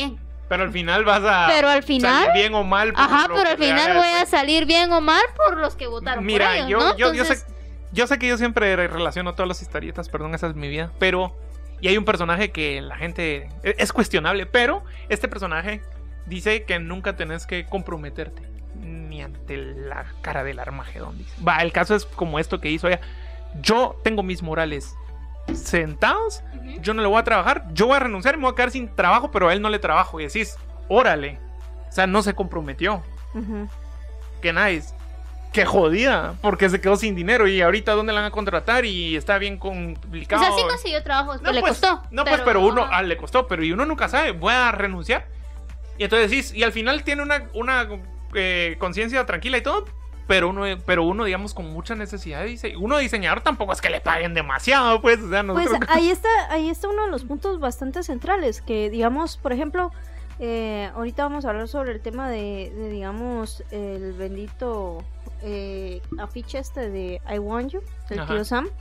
Pero al final vas a Pero al final, salir bien o mal. por ajá, lo pero que al te final haga voy a después. salir bien o mal por los que votaron Mira, por ellos, yo, ¿no? yo, yo Entonces, sé, yo sé que yo siempre relaciono todas las historietas, perdón, esa es mi vida, pero... Y hay un personaje que la gente... Es cuestionable, pero este personaje dice que nunca tenés que comprometerte ni ante la cara del Armagedón. Dice. Va, el caso es como esto que hizo ella. Yo tengo mis morales sentados, Ujú. yo no le voy a trabajar, yo voy a renunciar y me voy a quedar sin trabajo, pero a él no le trabajo. Y decís, órale. O sea, no se comprometió. Ujú. Que nice. Qué jodida, porque se quedó sin dinero y ahorita dónde la van a contratar y está bien o complicado. sea, sí consiguió trabajo, No, le pues, costó. No, pues, pero uno ajá. ah, le costó, pero y uno nunca sabe, voy a renunciar. Y entonces decís, y al final tiene una, una eh, conciencia tranquila y todo, pero uno, pero uno, digamos, con mucha necesidad dice, uno diseñador tampoco es que le paguen demasiado, pues, o sea, Pues nosotros... ahí está, ahí está uno de los puntos bastante centrales, que digamos, por ejemplo, eh, ahorita vamos a hablar sobre el tema de, de, digamos, el bendito eh, afiche este de I Want You, del Ajá. tío Sam.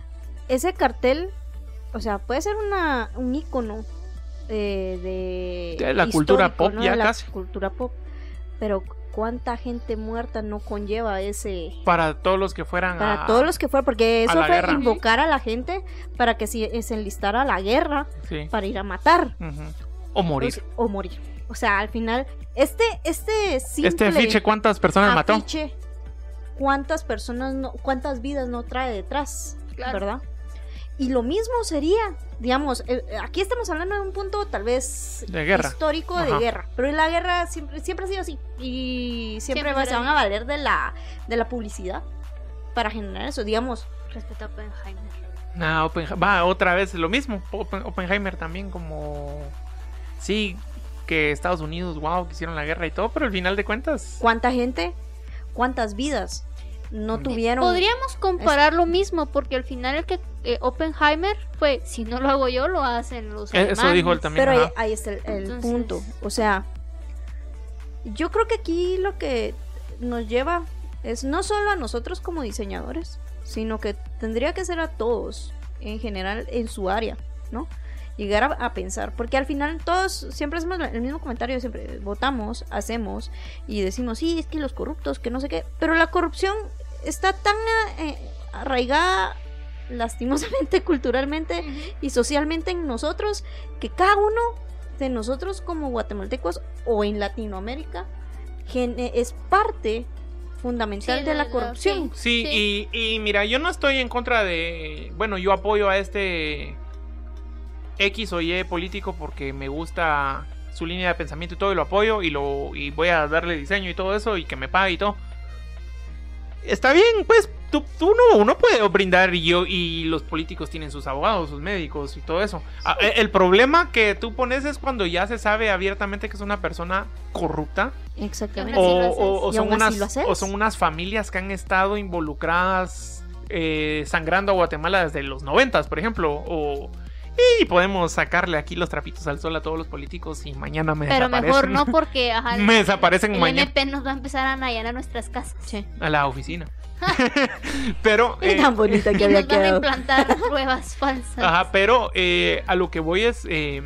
Ese cartel, o sea, puede ser una, un ícono eh, de... De la cultura histórico, pop, ¿no? ya De la casi. cultura pop, pero cuánta gente muerta no conlleva ese... Para todos los que fueran Para a... todos los que fueron, porque a eso la fue guerra. invocar a la gente para que se, se enlistara a la guerra, Sí. para ir a matar Ujú. O morir. o, se- o morir. O sea, al final, este, este simple Este afiche, ¿cuántas personas mató? afiche, ¿cuántas personas, no, cuántas vidas no trae detrás? Claro. ¿Verdad? Y lo mismo sería, digamos, eh, aquí estamos hablando de un punto tal vez De guerra. histórico de Ajá. guerra, pero en la guerra siempre, siempre ha sido así y siempre, Siempre va- se será van a valer de la, de la publicidad para generar eso, digamos. Respeta a Oppenheimer. No, Oppenhe- va otra vez lo mismo. Oppen- Oppenheimer también como... Sí, que Estados Unidos, wow, que hicieron la guerra y todo, pero al final de cuentas... ¿Cuánta gente, cuántas vidas no Mm. tuvieron? Podríamos comparar lo mismo, porque al final el que eh, Oppenheimer fue, si no lo hago yo, lo hacen los Eh, alemanes. eso dijo él también. Pero ahí, ajá. ahí está el, el Entonces- punto. O sea, yo creo que aquí lo que nos lleva es no solo a nosotros como diseñadores, sino que tendría que ser a todos en general en su área, ¿no? Llegar a, a pensar, porque al final todos siempre hacemos el mismo comentario, siempre votamos, hacemos y decimos, sí, es que los corruptos, que no sé qué, pero la corrupción está tan eh, arraigada lastimosamente culturalmente Ujú. y socialmente en nosotros, que cada uno de nosotros como guatemaltecos o en Latinoamérica gen- es parte fundamental Sí, de de la la- corrupción. Sí, Sí. Y, y mira, yo no estoy en contra de... Bueno, yo apoyo a este X o Y político porque me gusta su línea de pensamiento y todo, y lo apoyo y, lo, y voy a darle diseño y todo eso y que me pague y todo. Está bien, pues tú, tú no, uno puede brindar y, yo, y los políticos tienen sus abogados, sus médicos y todo eso. Ah, el- El problema que tú pones es cuando ya se sabe abiertamente que es una persona corrupta. Exactamente. Así O, lo haces. o- o Y son aún así unas, lo haces. o son unas familias que han estado involucradas eh, sangrando a Guatemala desde los noventas, por ejemplo. O, y podemos sacarle aquí los trapitos al sol a todos los políticos y mañana me Pero desaparecen. mejor no, porque ajá, Me desaparecen el mañana M P nos va a empezar a allanar nuestras casas. Sí. a la oficina. Pero... Y eh, tan bonita que Y había nos van a quedado. implantar pruebas falsas. Ajá, pero eh, a lo que voy es... eh,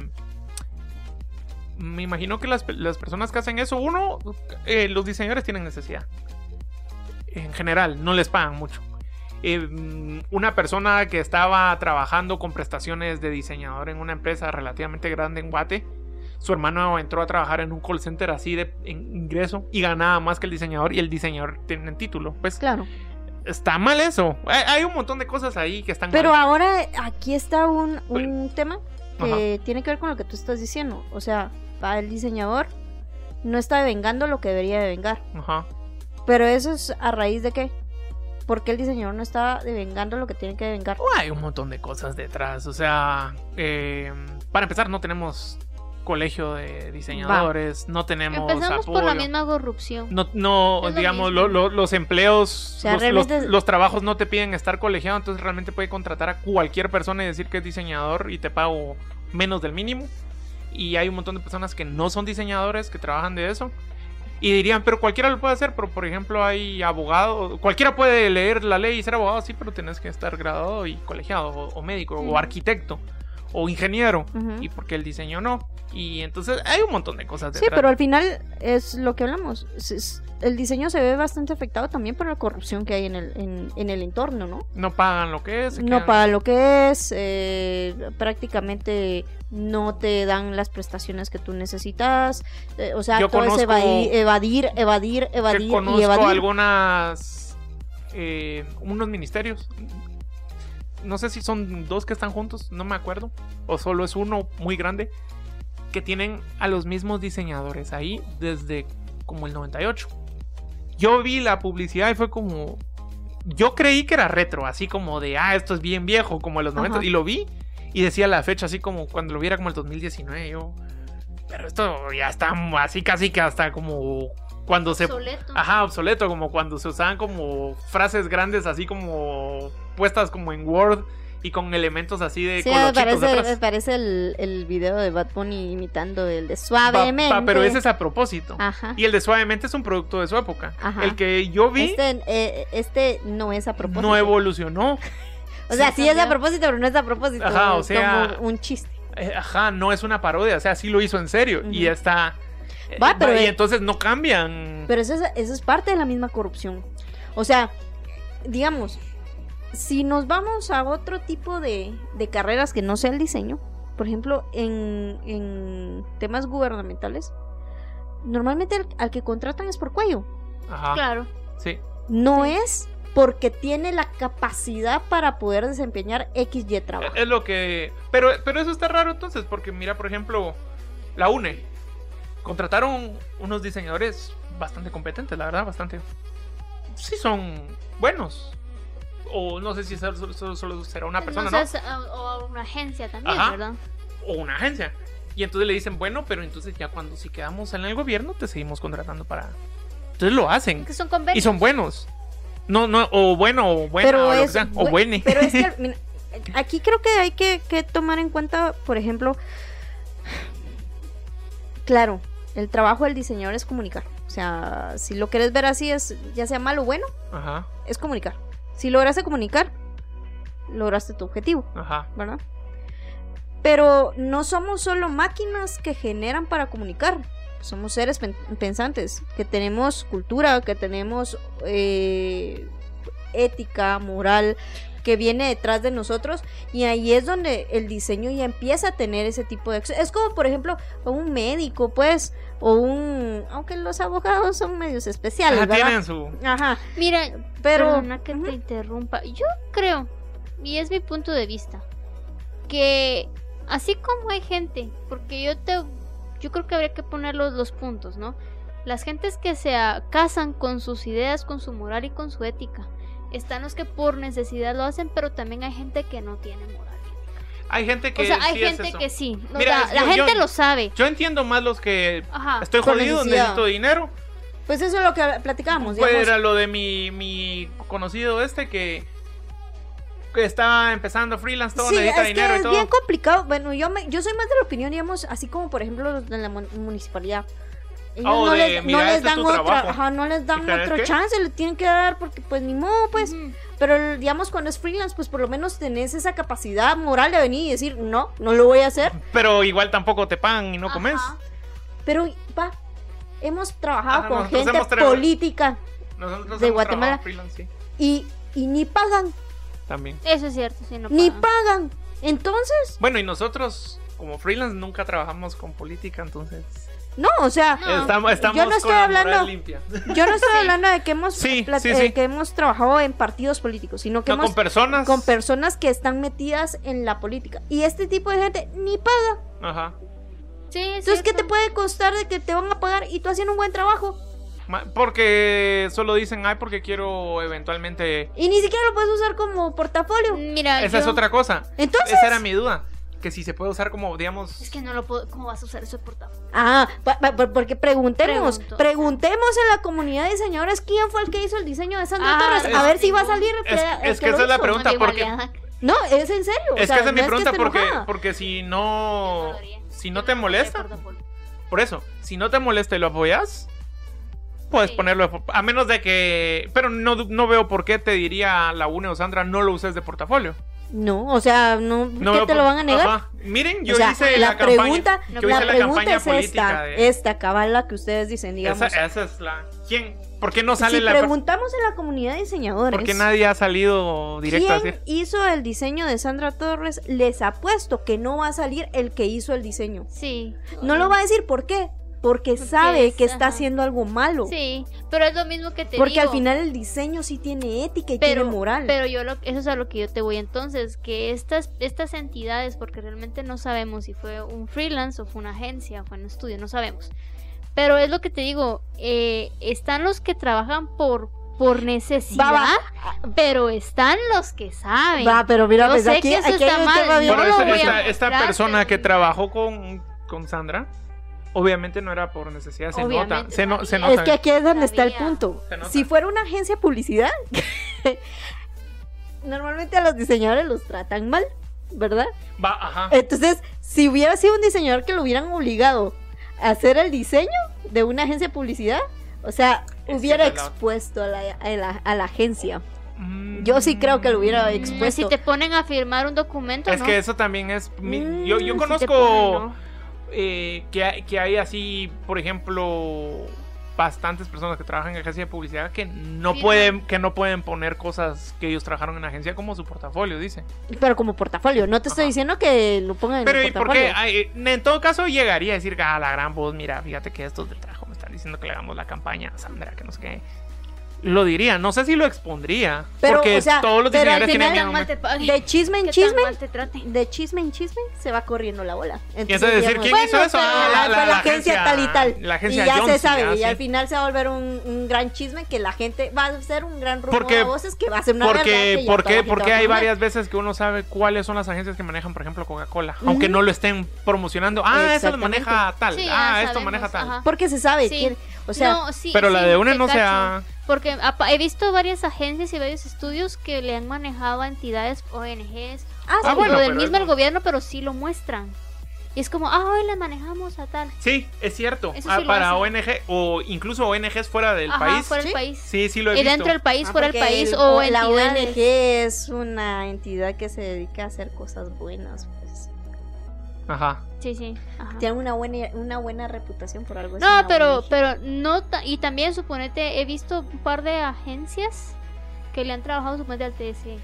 me imagino que las, las personas que hacen eso, uno, eh, los diseñadores tienen necesidad. En general, no les pagan mucho. Eh, una persona que estaba trabajando con prestaciones de diseñador en una empresa relativamente grande en Guate, su hermano entró a trabajar en un call center así de en ingreso y ganaba más que el diseñador, y el diseñador tiene título. Pues Claro. está mal eso. Hay, hay un montón de cosas ahí que están Pero mal. ahora aquí está un, un tema que Ajá. tiene que ver con lo que tú estás diciendo. O sea, para el diseñador no está devengando lo que debería devengar. Ajá. Pero eso es a raíz de qué? Porque el diseñador no está devengando lo que tiene que devengar. Oh, hay un montón de cosas detrás. O sea, eh, para empezar, no tenemos colegio de diseñadores, no tenemos Empezamos apoyo. por la misma corrupción. No, no Es lo digamos, mismo. lo- lo- los empleos, sea, los, realmente- los- los trabajos no te piden estar colegiado, entonces realmente puede contratar a cualquier persona y decir que es diseñador y te pago menos del mínimo. Y hay un montón de personas que no son diseñadores, que trabajan de eso. Y dirían, pero cualquiera lo puede hacer, pero por ejemplo hay abogados, cualquiera puede leer la ley y ser abogado, sí, pero tienes que estar graduado y colegiado, o, o médico, Ujú. o arquitecto, o ingeniero, Ujú. y porque el diseño no. Y entonces hay un montón de cosas Sí, detrás. pero al final es lo que hablamos. Es- es- el diseño se ve bastante afectado también por la corrupción que hay en el, en, en el entorno, ¿no? No pagan lo que es. se No quedan- para lo que es, eh, prácticamente no te dan las prestaciones que tú necesitas, eh, o sea, Yo todo es conozco- evadir, evadir, evadir, que evadir y conozco evadir. algunas eh, unos ministerios, no sé si son dos que están juntos, no me acuerdo, o solo es uno muy grande, que tienen a los mismos diseñadores ahí desde como el noventa y ocho. Yo vi la publicidad y fue como, yo creí que era retro, así como de, ah, esto es bien viejo, como de los noventa, Ajá. y lo vi y decía la fecha así como cuando lo viera como el dos mil diecinueve, yo, pero esto ya está así casi que hasta como cuando se... Obsoleto. Ajá, obsoleto, como cuando se usaban como frases grandes así como puestas como en Word y con elementos así de Sí, me colochitos parece, me atrás. parece el, el video de Bad Bunny imitando el de Va- Suavemente. va, pero ese es a propósito. Ajá. Y el de Suavemente es un producto de su época. Ajá. El que yo vi Este, eh, este no es a propósito. no evolucionó. O sea, Sí, sí es a cambió. propósito, pero no es a propósito. Ajá, o es sea- como un chiste. Eh, Ajá, no es una parodia, o sea, sí lo hizo en serio. Ujú. Y ya está. eh, Va, pero, y eh, entonces no cambian. Pero eso es, eso es parte de la misma corrupción. O sea, digamos, si nos vamos a otro tipo de, de carreras que no sea el diseño, por ejemplo, en, en temas gubernamentales, normalmente al, al que contratan es por cuello. Ajá, Claro. sí. No Sí. es porque tiene la capacidad para poder desempeñar X Y trabajo. Es lo que. Pero, pero eso está raro entonces, porque mira, por ejemplo, la U N E. Contrataron unos diseñadores bastante competentes, la verdad, bastante. Sí, son buenos. O no sé si solo, solo- solo será una persona, no ¿no? sé, o o una agencia también, Ajá. ¿verdad? O una agencia. Y entonces le dicen, bueno, pero entonces ya cuando si quedamos en el gobierno, te seguimos contratando para. Entonces lo hacen. Que son convenios. Y son buenos. No, no, o bueno, o buena, Pero o lo que es sea. O bu- buene. Pero es que mira, aquí creo que hay que, que tomar en cuenta, por ejemplo, claro, el trabajo del diseñador es comunicar. O sea, si lo quieres ver así, es ya sea malo o bueno, Ajá, es comunicar. Si lograste comunicar, lograste tu objetivo, ajá. ¿verdad? Pero no somos solo máquinas que generan para comunicar. Somos seres pen- pensantes, que tenemos cultura, que tenemos eh, ética, moral, que viene detrás de nosotros. Y ahí es donde el diseño ya empieza a tener ese tipo de acción. Es como, por ejemplo, un médico, pues, o un... Aunque los abogados son medios especiales, Ajá, ¿verdad? tienen su. Ajá, Mira, pero... perdona que Ujú. te interrumpa. Yo creo, y es mi punto de vista, que así como hay gente, porque yo te, yo creo que habría que poner los, los puntos, ¿no? Las gentes que se a- casan con sus ideas, con su moral y con su ética. Están los que por necesidad lo hacen, pero también hay gente que no tiene moral. Hay gente que. O sea, hay sí es gente eso. que sí. O Mira, sea, la yo- gente yo- lo sabe. Yo entiendo más los que. Ajá. Estoy Por jodido, necesidad. necesito dinero. Pues eso es lo que platicábamos, Pues digamos. era lo de mi, mi conocido este que, que estaba empezando freelance, todo Sí, necesita es dinero que y es todo. bien complicado. Bueno, yo me, yo soy más de la opinión, digamos, así como por ejemplo los de la mun- municipalidad. Ellos Oh, no, de, les, mira, no les este es dan tu otra, trabajo. ajá, no les dan ¿Y sabes otro qué? chance, le tienen que dar porque pues ni modo, pues. Ujú. Pero digamos cuando es freelance, pues por lo menos tenés esa capacidad moral de venir y decir, no, no lo voy a hacer. Pero igual tampoco te pagan y no comes. Ajá. Pero va, hemos trabajado Ajá, con nosotros gente hemos trabajado- política Nosotros de hemos Guatemala. trabajado freelance, sí, y, y ni pagan, también. Eso es cierto, sí, no ni pagan. pagan. Entonces, Bueno, y nosotros como freelance nunca trabajamos con política, entonces no, o sea, No. estamos, estamos yo no estoy con la hablando- moral limpia. yo no estoy Sí. hablando de que hemos, Sí, plat- sí, eh, sí. que hemos trabajado en partidos políticos, sino que No, hemos con personas. con personas que están metidas en la política. Y este tipo de gente ni paga. Ajá. Sí, es Entonces, ¿qué te cierto. puede costar de que te van a pagar y tú haciendo un buen trabajo? Ma- Porque solo dicen, ay, porque quiero eventualmente. Y ni siquiera lo puedes usar como portafolio. Mira, Esa es yo- otra cosa. Entonces, Esa era mi duda. Que si se puede usar como, digamos. Es que no lo puedo. ¿Cómo vas a usar eso de portafolio? ah, pa- pa- pa- porque preguntemos, Pregunto. preguntemos en la comunidad de diseñadores quién fue el que hizo el diseño de Sandra Ah, Torres, a es- ver si va a salir el que, es- el es que lo esa es la hizo. pregunta. No, porque- igual, ya. No, es en serio. o Es sea, que esa es mi no pregunta esté porque, enojada. porque si Yo no. no lo haría. Si Yo no te lo haría de molesta. portafolio. Por eso, si no te molesta y lo apoyas, puedes Sí. ponerlo de, a menos de que. Pero no, no veo por qué te diría la U N E o Sandra no lo uses de portafolio. No, o sea, no, No, ¿qué te lo van a negar? Ajá. Miren, yo O sea, hice la, la, pregunta, campaña, yo la hice la pregunta campaña es política esta, de... esta cabal la que ustedes dicen, digamos. Esa, esa es la... ¿Quién? ¿Por qué no sale si la... preguntamos en la comunidad de diseñadores, ¿Por qué nadie ha salido directo a ¿quién decir? hizo el diseño de Sandra Torres? Les apuesto que no va a salir el que hizo el diseño. Sí. No lo va a decir, ¿por qué? Porque, Porque sabe es- que está ajá. haciendo algo malo. Sí, pero es lo mismo que te Porque digo. al final el diseño sí tiene ética y pero, tiene moral. Pero yo lo, eso es a lo que yo te voy entonces, que estas, estas entidades, porque realmente no sabemos si fue un freelance o fue una agencia o fue un estudio, no sabemos. Pero es lo que te digo, eh, están los que trabajan por, por necesidad, Va, va. pero están los que saben. Va, pero mira, Yo pues sé aquí, que eso aquí está hay un mal, tema yo bien- Pero lo esta, voy a esta, esta mostrar, persona pero- que trabajó con, con Sandra, obviamente no era por necesidad, se Obviamente nota. Se, no, se sabía. nota. Es que aquí es donde está el Sabía. punto. Se nota. Si fuera una agencia de publicidad, normalmente a los diseñadores los tratan mal, ¿verdad? Va, ajá. Entonces, si hubiera sido un diseñador que lo hubieran obligado a hacer el diseño de una agencia de publicidad, o sea, Es hubiera que es la- expuesto a la, a la- a la agencia. Mm, Yo sí creo que lo hubiera Mm, expuesto. Si te ponen a firmar un documento, Es ¿no? que eso también es... mi- Mm, yo yo si te conozco ponen, ¿no? eh, que, hay- que hay así, por ejemplo, bastantes personas que trabajan en agencia de publicidad que no Sí, pueden que no pueden poner cosas que ellos trabajaron en agencia como su portafolio, dice. Pero como portafolio, no te estoy Ajá. diciendo que lo pongan en Pero el ¿y por portafolio. qué? Ay, en todo caso llegaría a decir, ah, la gran voz, mira, fíjate que estos de trabajo me están diciendo que le hagamos la campaña a Sandra, que no sé qué. Lo diría, no sé si lo expondría, Pero, porque o sea, todos los pero al diseñadores final tienen... Tan mal te paguen, De chisme en que tan chisme, mal te traten. de chisme en chisme, se va corriendo la bola. Y entonces decir, digamos, ¿quién bueno, hizo eso? pero Ah, la, fue la agencia tal y tal. La agencia y ya Johnson, se sabe, ah, y sí. al final se va a volver un, un gran chisme que la gente va a ser un gran rumor Porque- de voces que va a ser una verdad Porque, que ya porque, toda la gente porque va a hay poner. varias veces que uno sabe cuáles son las agencias que manejan, por ejemplo, Coca-Cola, Ujú. aunque no lo estén promocionando. Ah, eso lo Exactamente. maneja tal. Sí, ah, ya esto sabemos, maneja tal. ajá. Porque se sabe, Sí. quién- o sea, No, sí, Pero la sí, de UNE te no se cacho. ha... Porque apa- he visto varias agencias y varios estudios que le han manejado a entidades O N Gs ah, Ah, sí, bueno, o del pero mismo eso- el gobierno, pero sí lo muestran. Y es como, ah, hoy le manejamos a tal. Sí, es cierto. Eso Ah, sí lo para hacen. O N G o incluso O N Gs fuera del Ajá, país. fuera ¿Sí? del país. Sí, sí lo he Y visto. dentro del país, Ah, fuera del porque país, el- o la O N entidades. G es una entidad que se dedica a hacer cosas buenas, pues. Ajá. Sí, sí. Ajá. Tiene una buena, una buena reputación por algo. es No, una pero, O N G. pero no, ta- y también suponete, he visto un par de agencias que le han trabajado suponete al T S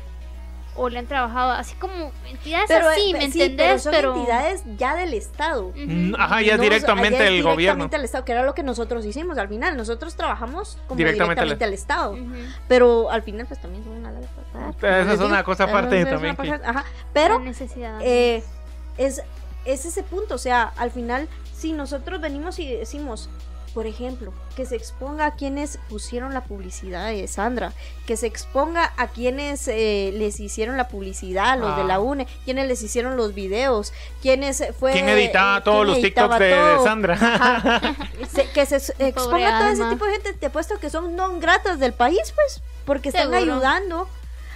o le han trabajado así como entidades Pero, así, eh, ¿me sí, entendés? Pero son entidades ya del Estado. Ujú. Mm, Ajá, ya es No, directamente allá es el gobierno. directamente al Estado, que era lo que nosotros hicimos al final. Nosotros trabajamos como Directamente directamente, al- al Estado. Ujú. Pero al final, pues también son una larga patada. Esa es una cosa aparte Esa es también una que- cosa- ajá. Pero La necesidad. eh, es, es ese punto. O sea, al final, si nosotros venimos y decimos, por ejemplo, que se exponga a quienes pusieron la publicidad de Sandra, que se exponga a quienes eh, les hicieron la publicidad, los Ah. de la UNE, quienes les hicieron los videos, quienes fue... ¿Quién editaba eh, todos quién los editaba TikToks de, de todo. Sandra? Ajá. Se- que se s- exponga a todo ese alma. tipo de gente, te apuesto que son non gratas del país, pues, porque están Seguro. ayudando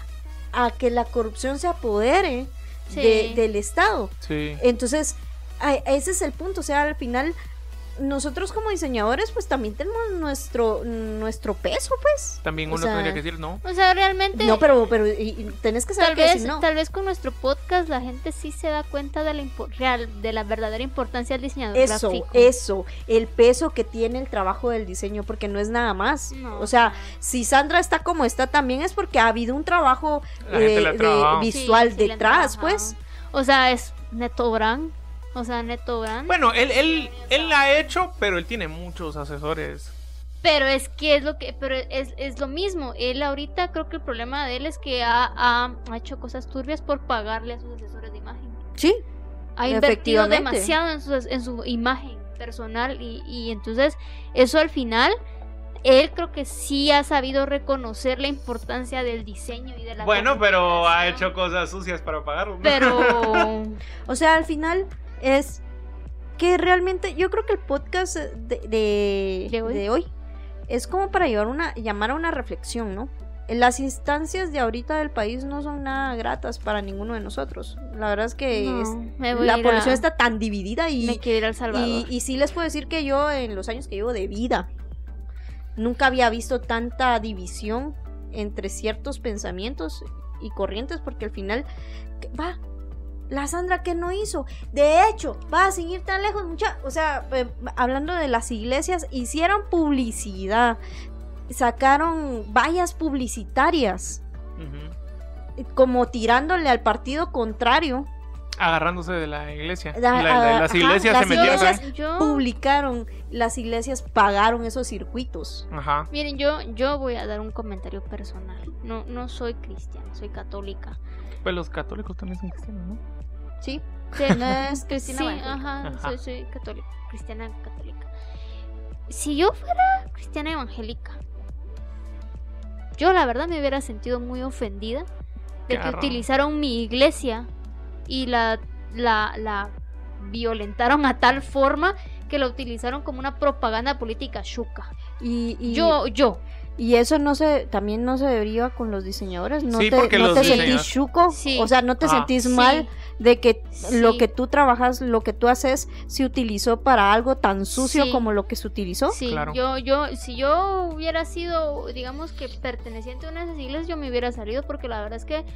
a que la corrupción se apodere Sí. de- del Estado. Sí. Entonces, a- ese es el punto, o sea, al final nosotros como diseñadores pues también tenemos nuestro nuestro peso, pues. También o uno sea, tendría que decir no. O sea, realmente. No, pero pero y- y tenés que saber Tal que vez, decir no. tal vez con nuestro podcast la gente sí se da cuenta de la impo- real, de la verdadera importancia del diseñador Eso, gráfico. eso, el peso que tiene el trabajo del diseño, porque no es nada más. No. O sea, si Sandra está como está, también es porque ha habido un trabajo La gente eh, le ha de- trabajado. visual Sí, sí le han detrás, trabajado. pues. O sea, es Neto Brand. O sea, Neto Brand. Bueno, él, él, él la ha hecho, pero él tiene muchos asesores. Pero es que es lo que, pero es, es lo mismo. Él ahorita creo que el problema de él es que ha, ha, ha hecho cosas turbias por pagarle a sus asesores de imagen. Sí. Ha invertido Efectivamente. demasiado en su, en su imagen personal y, y entonces eso al final él creo que sí ha sabido reconocer la importancia del diseño y de la Bueno, pero ha comunicación. hecho cosas sucias para pagarlo. ¿no? Pero O sea, al final es que realmente yo creo que el podcast de, de, ¿De hoy? de hoy es como para llevar una, llamar a una reflexión, ¿no? Las instancias de ahorita del país no son nada gratas para ninguno de nosotros. La verdad es que no, es- me voy a la ir población a- está tan dividida y, me quiero ir al Salvador. y, y sí les puedo decir que yo en los años que llevo de vida nunca había visto tanta división entre ciertos pensamientos y corrientes, porque al final, va, la Sandra que no hizo, de hecho, va a seguir tan lejos, mucha, o sea, eh, hablando de las iglesias, hicieron publicidad, sacaron vallas publicitarias, uh-huh. como tirándole al partido contrario. Agarrándose de la iglesia. La, la, la, las iglesias ajá, se las metieron. Iglesias yo... publicaron, las iglesias pagaron esos circuitos. Ajá. Miren, yo, yo voy a dar un comentario personal. No, no soy cristiana, soy católica. Pues los católicos también son cristianos, ¿no? Sí. Sí, no es cristiana. Sí, evangélica. ajá, Ajá. Soy, soy católica, cristiana católica. Si yo fuera cristiana evangélica, yo la verdad me hubiera sentido muy ofendida de que Claro. utilizaron mi iglesia y la, la, la violentaron a tal forma que la utilizaron como una propaganda política chuca. Y, y, Yo, yo. y eso no se, también no se deriva con los diseñadores. No Sí, te, porque no los te diseñadores- sentís chuco. Sí. O sea, no te Ah. sentís Sí. mal de que Sí. lo que tú trabajas, lo que tú haces, se utilizó para algo tan sucio Sí. como lo que se utilizó. Sí, Claro. yo, yo, si yo hubiera sido, digamos que perteneciente a una de esas iglesias, yo me hubiera salido porque la verdad es que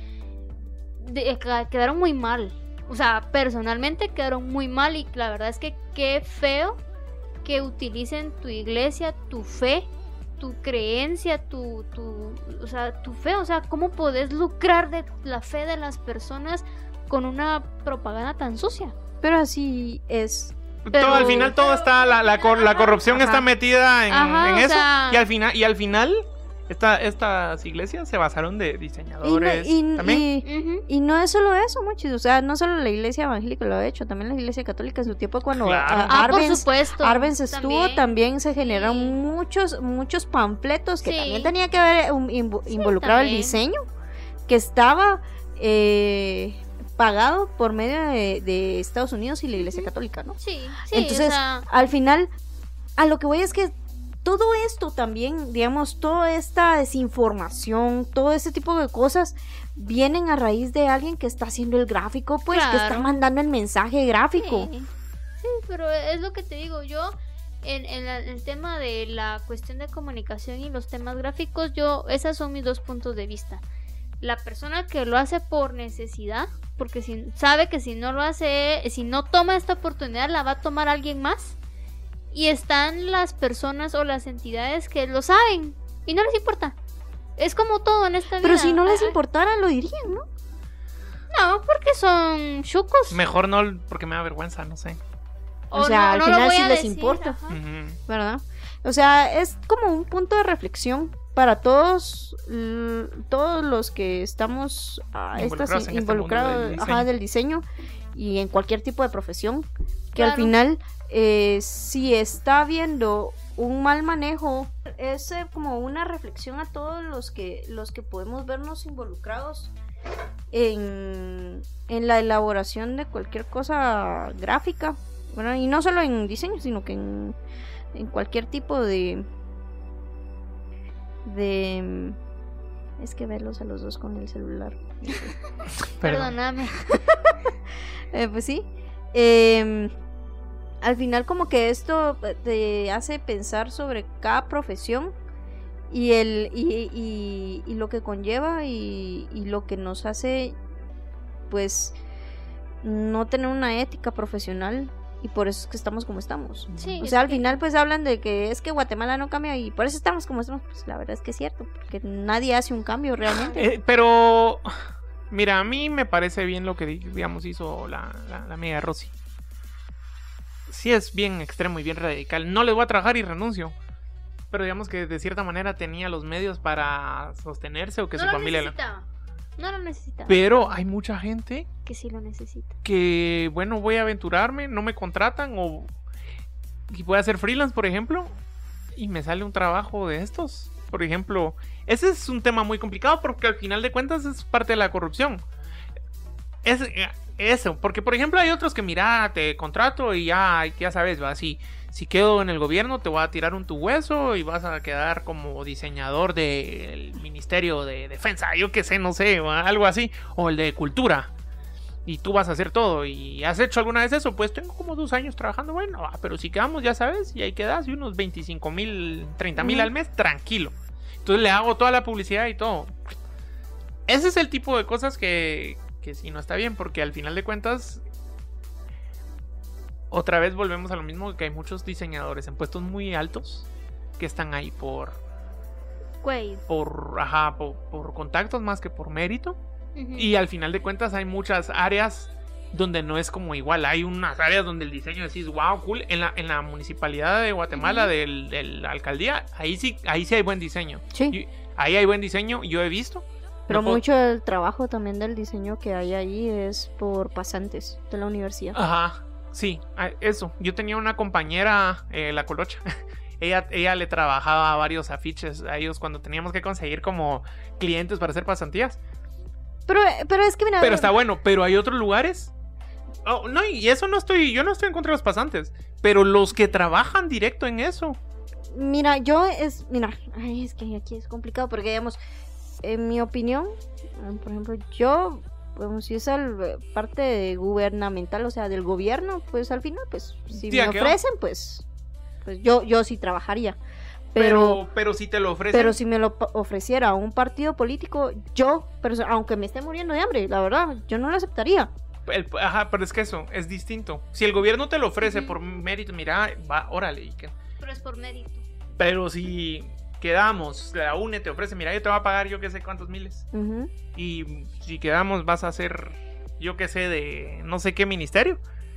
de- ca- quedaron muy mal. O sea, personalmente quedaron muy mal y la verdad es que qué feo que utilicen tu iglesia, tu fe, tu creencia, tu, tu, o sea, tu fe, o sea, ¿cómo podés lucrar de la fe de las personas con una propaganda tan sucia? Pero así es. Pero- todo, al final todo está, la, la, cor- la corrupción Ajá. está metida en, Ajá, en o eso. sea- Y al final, y al final esta, estas iglesias se basaron de Y no, diseñadores y- también. y- Ujú. y no es solo eso, muchos. O sea, no solo la iglesia evangélica lo ha hecho, también la iglesia católica en su tiempo cuando Claro. a- Ah, por Arbenz, supuesto. Arbenz estuvo, también, También. se generaron Sí. muchos, muchos panfletos que Sí. también tenía que ver un, invo- involucrado el también. diseño, que estaba eh, pagado por medio de, de Estados Unidos y la iglesia católica, ¿no? Sí, sí, Entonces, o sea, al final, a lo que voy es que todo esto también, digamos, toda esta desinformación, todo este tipo de cosas vienen a raíz de alguien que está haciendo el gráfico, pues, que está Claro. mandando el mensaje gráfico. sí, sí, pero es lo que te digo, yo en, en la- el tema de la cuestión de comunicación y los temas gráficos, yo, esos son mis dos puntos de vista. La persona que lo hace por necesidad, porque si, sabe que si no lo hace, si no toma esta oportunidad, la va a tomar alguien más. Y están las personas o las entidades que lo saben y no les importa. Es como todo en esta vida. Pero si no les Ah, importara, lo dirían, ¿no? No, porque son chucos. Mejor no, porque me da vergüenza, no sé. O sea, al lo final voy sí a les decir, importa. ajá. Ujú. ¿Verdad? O sea, es como un punto de reflexión para todos, l- todos los que estamos ah, estas- Involucrados en este involucrados mundo del ajá, diseño. del diseño y en cualquier tipo de profesión, que al Claro. final, eh, si está habiendo un mal manejo, es eh, como una reflexión a todos los que, los que podemos vernos involucrados en, en la elaboración de cualquier cosa gráfica, bueno, y no solo en diseño, sino que en, en cualquier tipo de de es que verlos a los dos con el celular. Perdón. Perdóname. Eh, pues sí. Eh, al final como que esto te hace pensar sobre cada profesión y el y, y, y lo que conlleva y, y lo que nos hace pues no tener una ética profesional y por eso es que estamos como estamos. Sí, O es sea, al que- final pues hablan de que es que Guatemala no cambia y por eso estamos como estamos. Pues la verdad es que es cierto, porque nadie hace un cambio realmente. Eh, pero, mira, a mí me parece bien lo que, digamos, hizo la, la, la amiga Rosy. Sí es bien extremo y bien radical. No les voy a trabajar y renuncio. Pero digamos que de cierta manera tenía los medios para sostenerse o que no su lo familia... necesitaba. No lo necesitaba. Pero hay mucha gente Que sí lo necesita. que, bueno, voy a aventurarme, no me contratan o... Y voy a hacer freelance, por ejemplo, y me sale un trabajo de estos. Por ejemplo, ese es un tema muy complicado porque al final de cuentas es parte de la corrupción. Es eh, eso, porque por ejemplo hay otros que mira, te contrato y ya, ya sabes, va así. Si quedo en el gobierno te voy a tirar un tu hueso y vas a quedar como diseñador del Ministerio de Defensa, yo qué sé, no sé, o algo así, o el de Cultura. Y tú vas a hacer todo. ¿Y has hecho alguna vez eso? Pues tengo como dos años trabajando. Bueno, ah, pero si quedamos, ya sabes, y ahí quedas, y unos veinticinco mil, treinta mil Ujú. al mes, tranquilo. Entonces le hago toda la publicidad y todo. ese es el tipo de cosas que, que sí no está bien, porque al final de cuentas, otra vez volvemos a lo mismo, que hay muchos diseñadores en puestos muy altos que están ahí por... Güey. Por, ajá, por, por contactos más que por mérito. Ujú. Y al final de cuentas hay muchas áreas donde no es como igual. Hay unas áreas donde el diseño decís, wow, cool. En la, en la municipalidad de Guatemala, Ujú. del, de la alcaldía, ahí sí, ahí sí hay buen diseño. Sí. Y ahí hay buen diseño, yo he visto. Pero No puedo- mucho del trabajo también del diseño que hay ahí es por pasantes de la universidad. Ajá, sí, a- eso. Yo tenía una compañera, eh, la Colocha. Ella, ella le trabajaba varios afiches a ellos cuando teníamos que conseguir como clientes para hacer pasantías. Pero, pero es que mira, Pero está bueno, pero hay otros lugares. Oh, no, y eso no estoy, yo no estoy en contra de los pasantes, pero los que trabajan directo en eso. mira, yo es, mira, ay, es que aquí es complicado porque digamos, en mi opinión, eh, por ejemplo, yo, pues, si es el, parte gubernamental, o sea, del gobierno, pues al final, pues, si Tía, me ¿qué ofrecen, pues, pues yo, yo sí trabajaría. Pero, Pero, pero si te lo ofrecen. pero si me lo pa- ofreciera un partido político, yo, pero, aunque me esté muriendo de hambre, la verdad, yo no lo aceptaría. el- ajá, pero es que eso es distinto. Si el gobierno te lo ofrece Ujú. por mérito, mira, va, órale. y que- Pero es por mérito. Pero si quedamos, la U N E te ofrece, mira, yo te voy a pagar yo que sé cuántos miles. Ujú. Y si quedamos, vas a hacer, yo que sé, de no sé qué ministerio.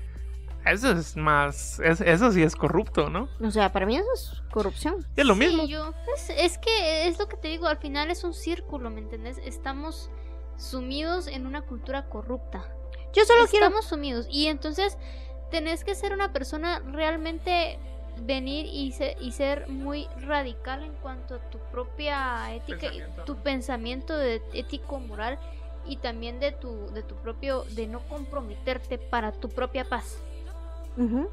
Eso es más, es- eso sí es corrupto, ¿no? O sea, para mí eso es corrupción. Es lo Sí, mismo. yo- es, es que es lo que te digo, al final es un círculo, ¿me entendés? Estamos sumidos en una cultura corrupta. Yo solo quiero Estamos sumidos. Y entonces tenés que ser una persona realmente venir y ser, y ser muy radical en cuanto a tu propia ética, y Pensamiento. tu pensamiento de ético moral y también de tu, de tu propio, de no comprometerte para tu propia paz. Ujú.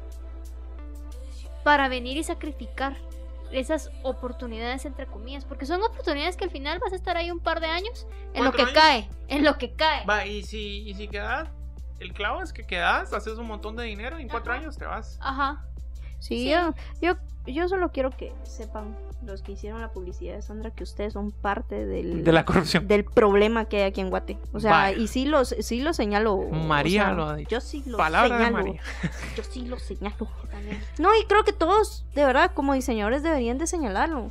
Para venir y sacrificar esas oportunidades entre comillas, porque son oportunidades que al final vas a estar ahí un par de años en lo ¿Cuatro que años? cae, en lo que cae. Va, y si, y si quedas, el clavo es que quedas, haces un montón de dinero y en cuatro Ajá. años te vas. Ajá. Sí, Sí. Yo, yo, yo solo quiero que sepan los que hicieron la publicidad de Sandra que ustedes son parte del, De la corrupción. del problema que hay aquí en Guate. O sea, Vaya. y sí los, sí lo señalo. o María sea, lo ha dicho. Yo sí lo Palabra de señalo. María. Yo sí lo señalo. También. No, y creo que todos, de verdad, como diseñadores deberían de señalarlo.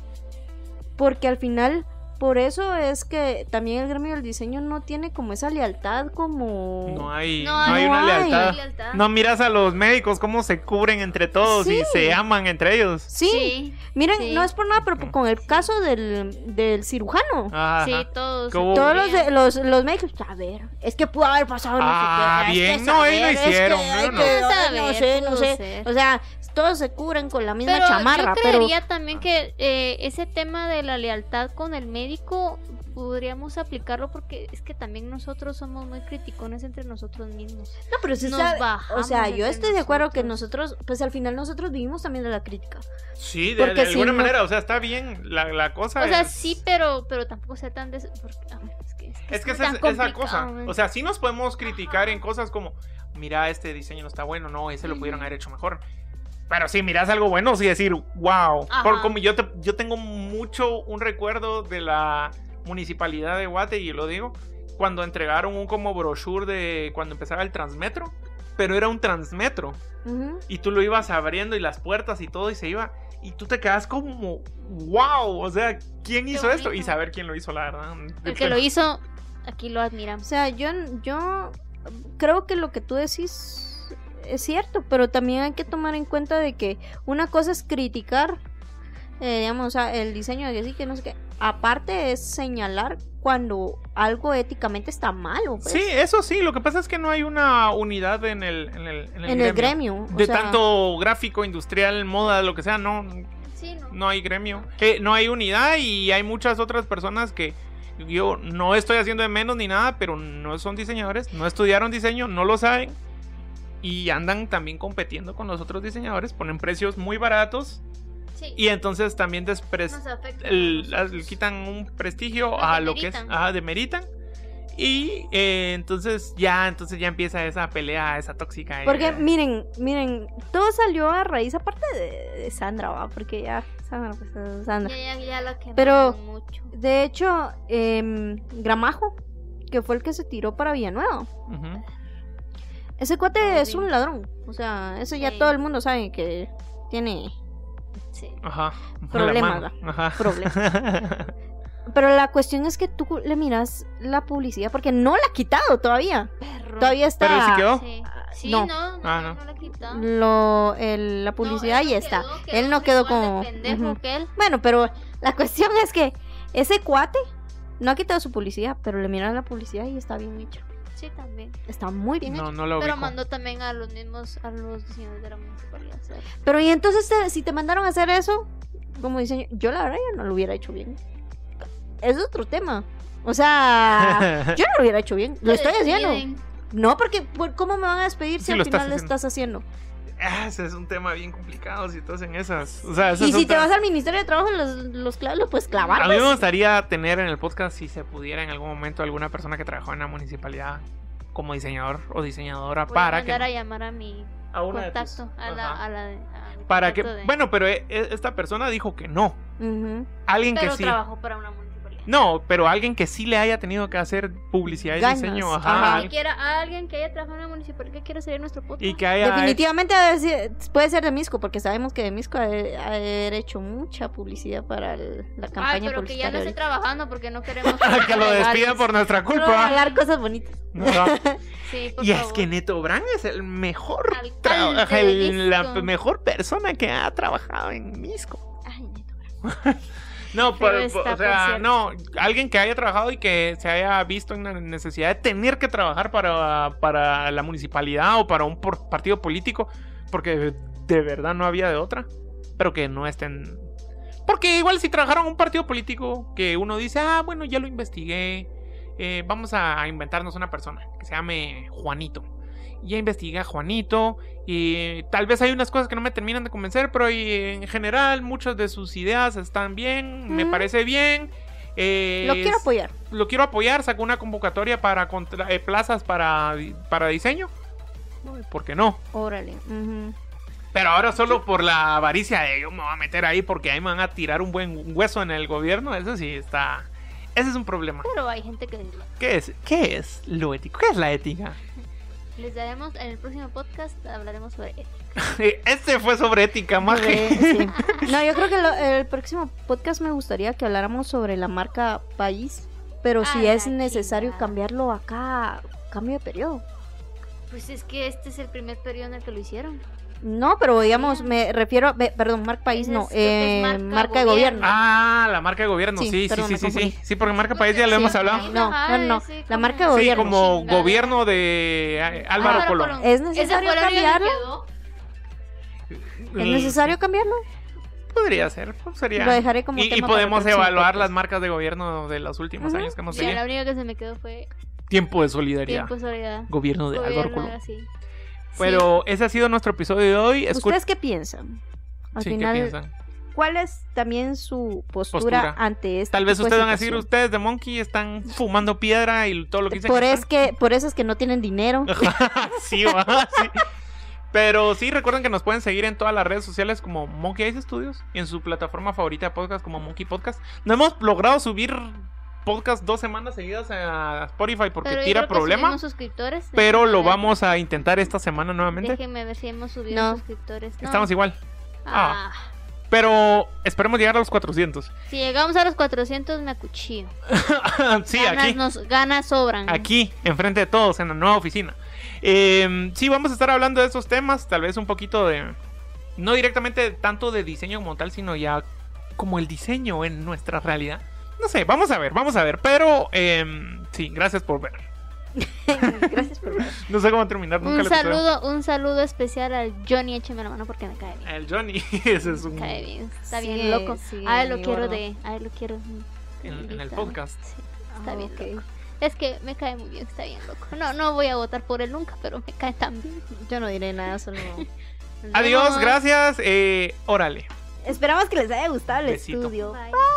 Porque al final, por eso es que también el gremio del diseño no tiene como esa lealtad como... No hay, no No hay hay- una no hay. lealtad. Lealtad. No miras a los médicos cómo se cubren entre todos y Sí. se aman entre ellos. Sí, Sí, miren, sí. no es por nada, pero con el caso del, del cirujano. Ajá. sí, todos. se ¿Cómo? Todos los, de- cubrían. los, los médicos, a ver, es que pudo haber pasado no Ah, sé qué. bien, es que no, ahí lo saber, es que hicieron, hay no, no. que- ay, Saber, no sé, no pudo sé. ser. O sea, todos se cubren con la misma Pero chamarra, yo pero creería también que eh, ese tema de la lealtad con el médico podríamos aplicarlo porque es que también nosotros somos muy criticones entre nosotros mismos. no, pero sí nos sabe- o bajamos sea, yo entre estoy de acuerdo que nosotros. nosotros, pues al final nosotros vivimos también de la crítica. Sí, de, Porque de si alguna no- manera, o sea, está bien la, la cosa. O sea, es- sí, pero pero tampoco sea tan des... porque, a ver, es que es, que Es que es esa, tan es- esa complicado, cosa. man. O sea, sí nos podemos criticar en cosas como, mira, este diseño no está bueno, no, ese lo pudieron Ujú. haber hecho mejor. Pero si miras algo bueno, sí decir, wow. Ajá. Por, como yo, te- yo tengo mucho un recuerdo de la municipalidad de Guate, y lo digo, cuando entregaron un como brochure de cuando empezaba el Transmetro, pero era un Transmetro. Ujú. Y tú lo ibas abriendo y las puertas y todo y se iba. Y tú te quedas como, wow, o sea, ¿quién hizo esto? bonito. Y saber quién lo hizo, la verdad. El que lo hizo, aquí lo O admiramos. sea, yo, yo creo que lo que tú decís es cierto, pero también hay que tomar en cuenta de que una cosa es criticar, eh, digamos, o sea, el diseño de que sí, que no sé qué. Aparte es señalar cuando algo éticamente está malo. Pues, Sí, eso sí, lo que pasa es que no hay una unidad en el, en el, en el en gremio. el gremio. o De sea, tanto gráfico, industrial, moda, lo que sea, no, Sí, no. no hay gremio. Eh, no hay unidad y hay muchas otras personas que yo no estoy haciendo de menos ni nada, pero no son diseñadores, no estudiaron diseño, no lo saben. Y andan también compitiendo con los otros diseñadores, ponen precios muy baratos Sí. y entonces también despres Nos afecta a el- nosotros. le quitan un prestigio Nos a lo que es, demeritan. ajá, demeritan. Y eh, entonces ya, entonces ya empieza esa pelea, esa tóxica. Porque eh, miren, miren, todo salió a raíz aparte de, de Sandra, ¿va? Porque ya Sandra, pues Sandra. Ya, ya, ya la quemaron Pero, mucho. de hecho, eh, Gramajo, que fue el que se tiró para Villanueva. Uh-huh. Ese cuate Oh, es sí. un ladrón. O sea, eso ya Sí. todo el mundo sabe que tiene Sí. Ajá. Problemas, La mano. Ajá. problemas. Pero la cuestión es que tú le miras la publicidad porque no la ha quitado todavía. Perro. Todavía está. Pero sí quedó. Sí, sí No. no, no, Ah, no, no. no la quitó. Lo, el- la publicidad No, él ya no está. quedó, Él no quedó igual de como. pendejo Ujú. que él. Bueno, pero la cuestión es que ese cuate no ha quitado su publicidad, pero le miras la publicidad y está bien hecho. Sí, también. Está muy bien No, hecho. no lo Pero ubico. mandó también a los mismos, a los diseñadores de la municipalidad. a hacer. Pero y entonces te- si te mandaron a hacer eso como diseño, yo la verdad ya no lo hubiera hecho bien. Es otro tema. O sea, yo no lo hubiera hecho bien. Lo Te estoy haciendo. despiden. No, porque ¿por- ¿cómo me van a despedir si Sí, al lo estás final lo haciendo. estás haciendo? Ah, ese es un tema bien complicado si estás en esas. O sea, ese Y es si un te tema- vas al Ministerio de Trabajo, los, los clavos los puedes clavar. A mí me pues. gustaría tener en el podcast, si se pudiera en algún momento, alguna persona que trabajó en la municipalidad como diseñador o diseñadora Voy para a mandar que a llamar a mi a una de tus- contacto, a la, Ajá. a la, de- a mi para que contacto de- bueno, pero e- e- esta persona dijo que no. Ujú. Alguien pero que sí. trabajó para una municipalidad. No, pero alguien que sí le haya tenido que hacer publicidad y Ganas. diseño, Ajá. ajá, Ni siquiera a alguien que haya trabajado en una municipalidad que quiera salir nuestro podcast. y que haya Definitivamente ha de ser- puede ser de Misco, porque sabemos que de Misco ha de ha de haber hecho mucha publicidad para el- la Ay, campaña pero que ya no publicitaria. esté trabajando porque no queremos que lo despidan por nuestra Solo culpa. hablar cosas bonitas. Ajá. Sí, por Y es favor. que Neto Brand es el mejor Alcalde tra- de el- la Misco. mejor persona que ha trabajado en Misco. Ay, neto. No, Pero por- está, por- o por sea, cierto. no, alguien que haya trabajado y que se haya visto en la necesidad de tener que trabajar para, para la municipalidad o para un por- partido político, porque de verdad no había de otra, pero que no estén... Porque igual si trabajaron en un partido político que uno dice, ah, bueno, ya lo investigué, eh, vamos a inventarnos una persona que se llame Juanito. Y ya investigué a Juanito y tal vez hay unas cosas que no me terminan de convencer, pero y, en general muchas de sus ideas están bien, me Mm. parece bien. eh, Lo quiero apoyar. Lo quiero apoyar, sacó una convocatoria para contra- eh, plazas para, para diseño. Uy, ¿por qué no? Órale. Ujú. Pero ahora solo por la avaricia de yo me voy a meter ahí porque ahí me van a tirar un buen hueso en el gobierno, eso sí está... Ese es un problema. Pero hay gente que ¿Qué es? ¿Qué es lo ético? ¿Qué es la ética? les daremos en el próximo podcast hablaremos sobre ética. Este fue sobre ética, maje. Sí. No, yo creo que lo- el próximo podcast me gustaría que habláramos sobre la marca país, pero si A es la necesario chingada. cambiarlo acá, cambio de periodo. Pues es que este es el primer periodo en el que lo hicieron. No, pero digamos, Sí. me refiero, a, ve- perdón, marca país Ese no, es- creo que es eh, marca marca de gobierno. gobierno. Ah, la marca de gobierno, sí, Sí, sí, perdón, sí, me sí, sí, confundí. sí, porque marca país ya lo Sí, hemos sí, hablado. sí. No, Ajá, no, no, sí, la como- marca de Sí, gobierno. como Chingada. gobierno de eh, Álvaro Álvaro Colón. Colón. ¿Es Esa necesario fue la única que cambiarlo? quedó. ¿Es necesario cambiarlo? Podría ser, pues sería. Lo dejaré como y, tema y para el podemos próximo evaluar podcast. las marcas de gobierno de los últimos Ujú. años que hemos Ya, la tenido. única que se me quedó fue Tiempo de solidaridad. tiempo de soledad. Gobierno de Álvaro Gobierno, Colón. así. Pero ese ha sido nuestro episodio de hoy. Escu- ¿Ustedes qué piensan? Al Sí, ¿qué final, piensan? ¿cuál es también su postura, Postura. ante este Tal vez tipo de ustedes van a decir, situación? ustedes de Monkey están fumando piedra y todo lo que dicen. Por, que es que, por eso es que no tienen dinero. Ajá, sí, va, sí. Pero sí, recuerden que nos pueden seguir en todas las redes sociales como Monkey Eyes Studios y en su plataforma favorita de podcast como Monkey Podcast. No hemos logrado subir podcast dos semanas seguidas a Spotify porque Pero yo tira creo que problema, subimos suscriptores. pero Déjenme lo ver. vamos a intentar esta semana nuevamente. Déjenme ver si hemos subido No. suscriptores. No. Estamos igual. Ah. Pero esperemos llegar a los cuatrocientos. Si llegamos a los cuatrocientos me acuchillo. Sí, ganas, aquí. nos, ganas sobran. Aquí, enfrente de todos, en la nueva oficina. Eh, sí, vamos a estar hablando de estos temas, tal vez un poquito de... No directamente tanto de diseño como tal, sino ya como el diseño en nuestra realidad. No sé, vamos a ver, vamos a ver. Pero, eh, sí, gracias por ver. Gracias por ver. No sé cómo terminar nunca Un el episodio. saludo, un saludo especial al Johnny, écheme la mano porque me cae bien. El Johnny, ese es un... Me cae bien, está Sí, bien loco. sí, a él lo mi quiero gordo. de, a él lo quiero En, en el invitar. podcast. Sí, está Ah, bien ok. loco. Es que me cae muy bien, está bien loco. No, no voy a votar por él nunca, pero me cae tan bien. Yo no diré nada, solo... Adiós, No. gracias. Eh, órale. Esperamos que les haya gustado el Besito. estudio. Bye.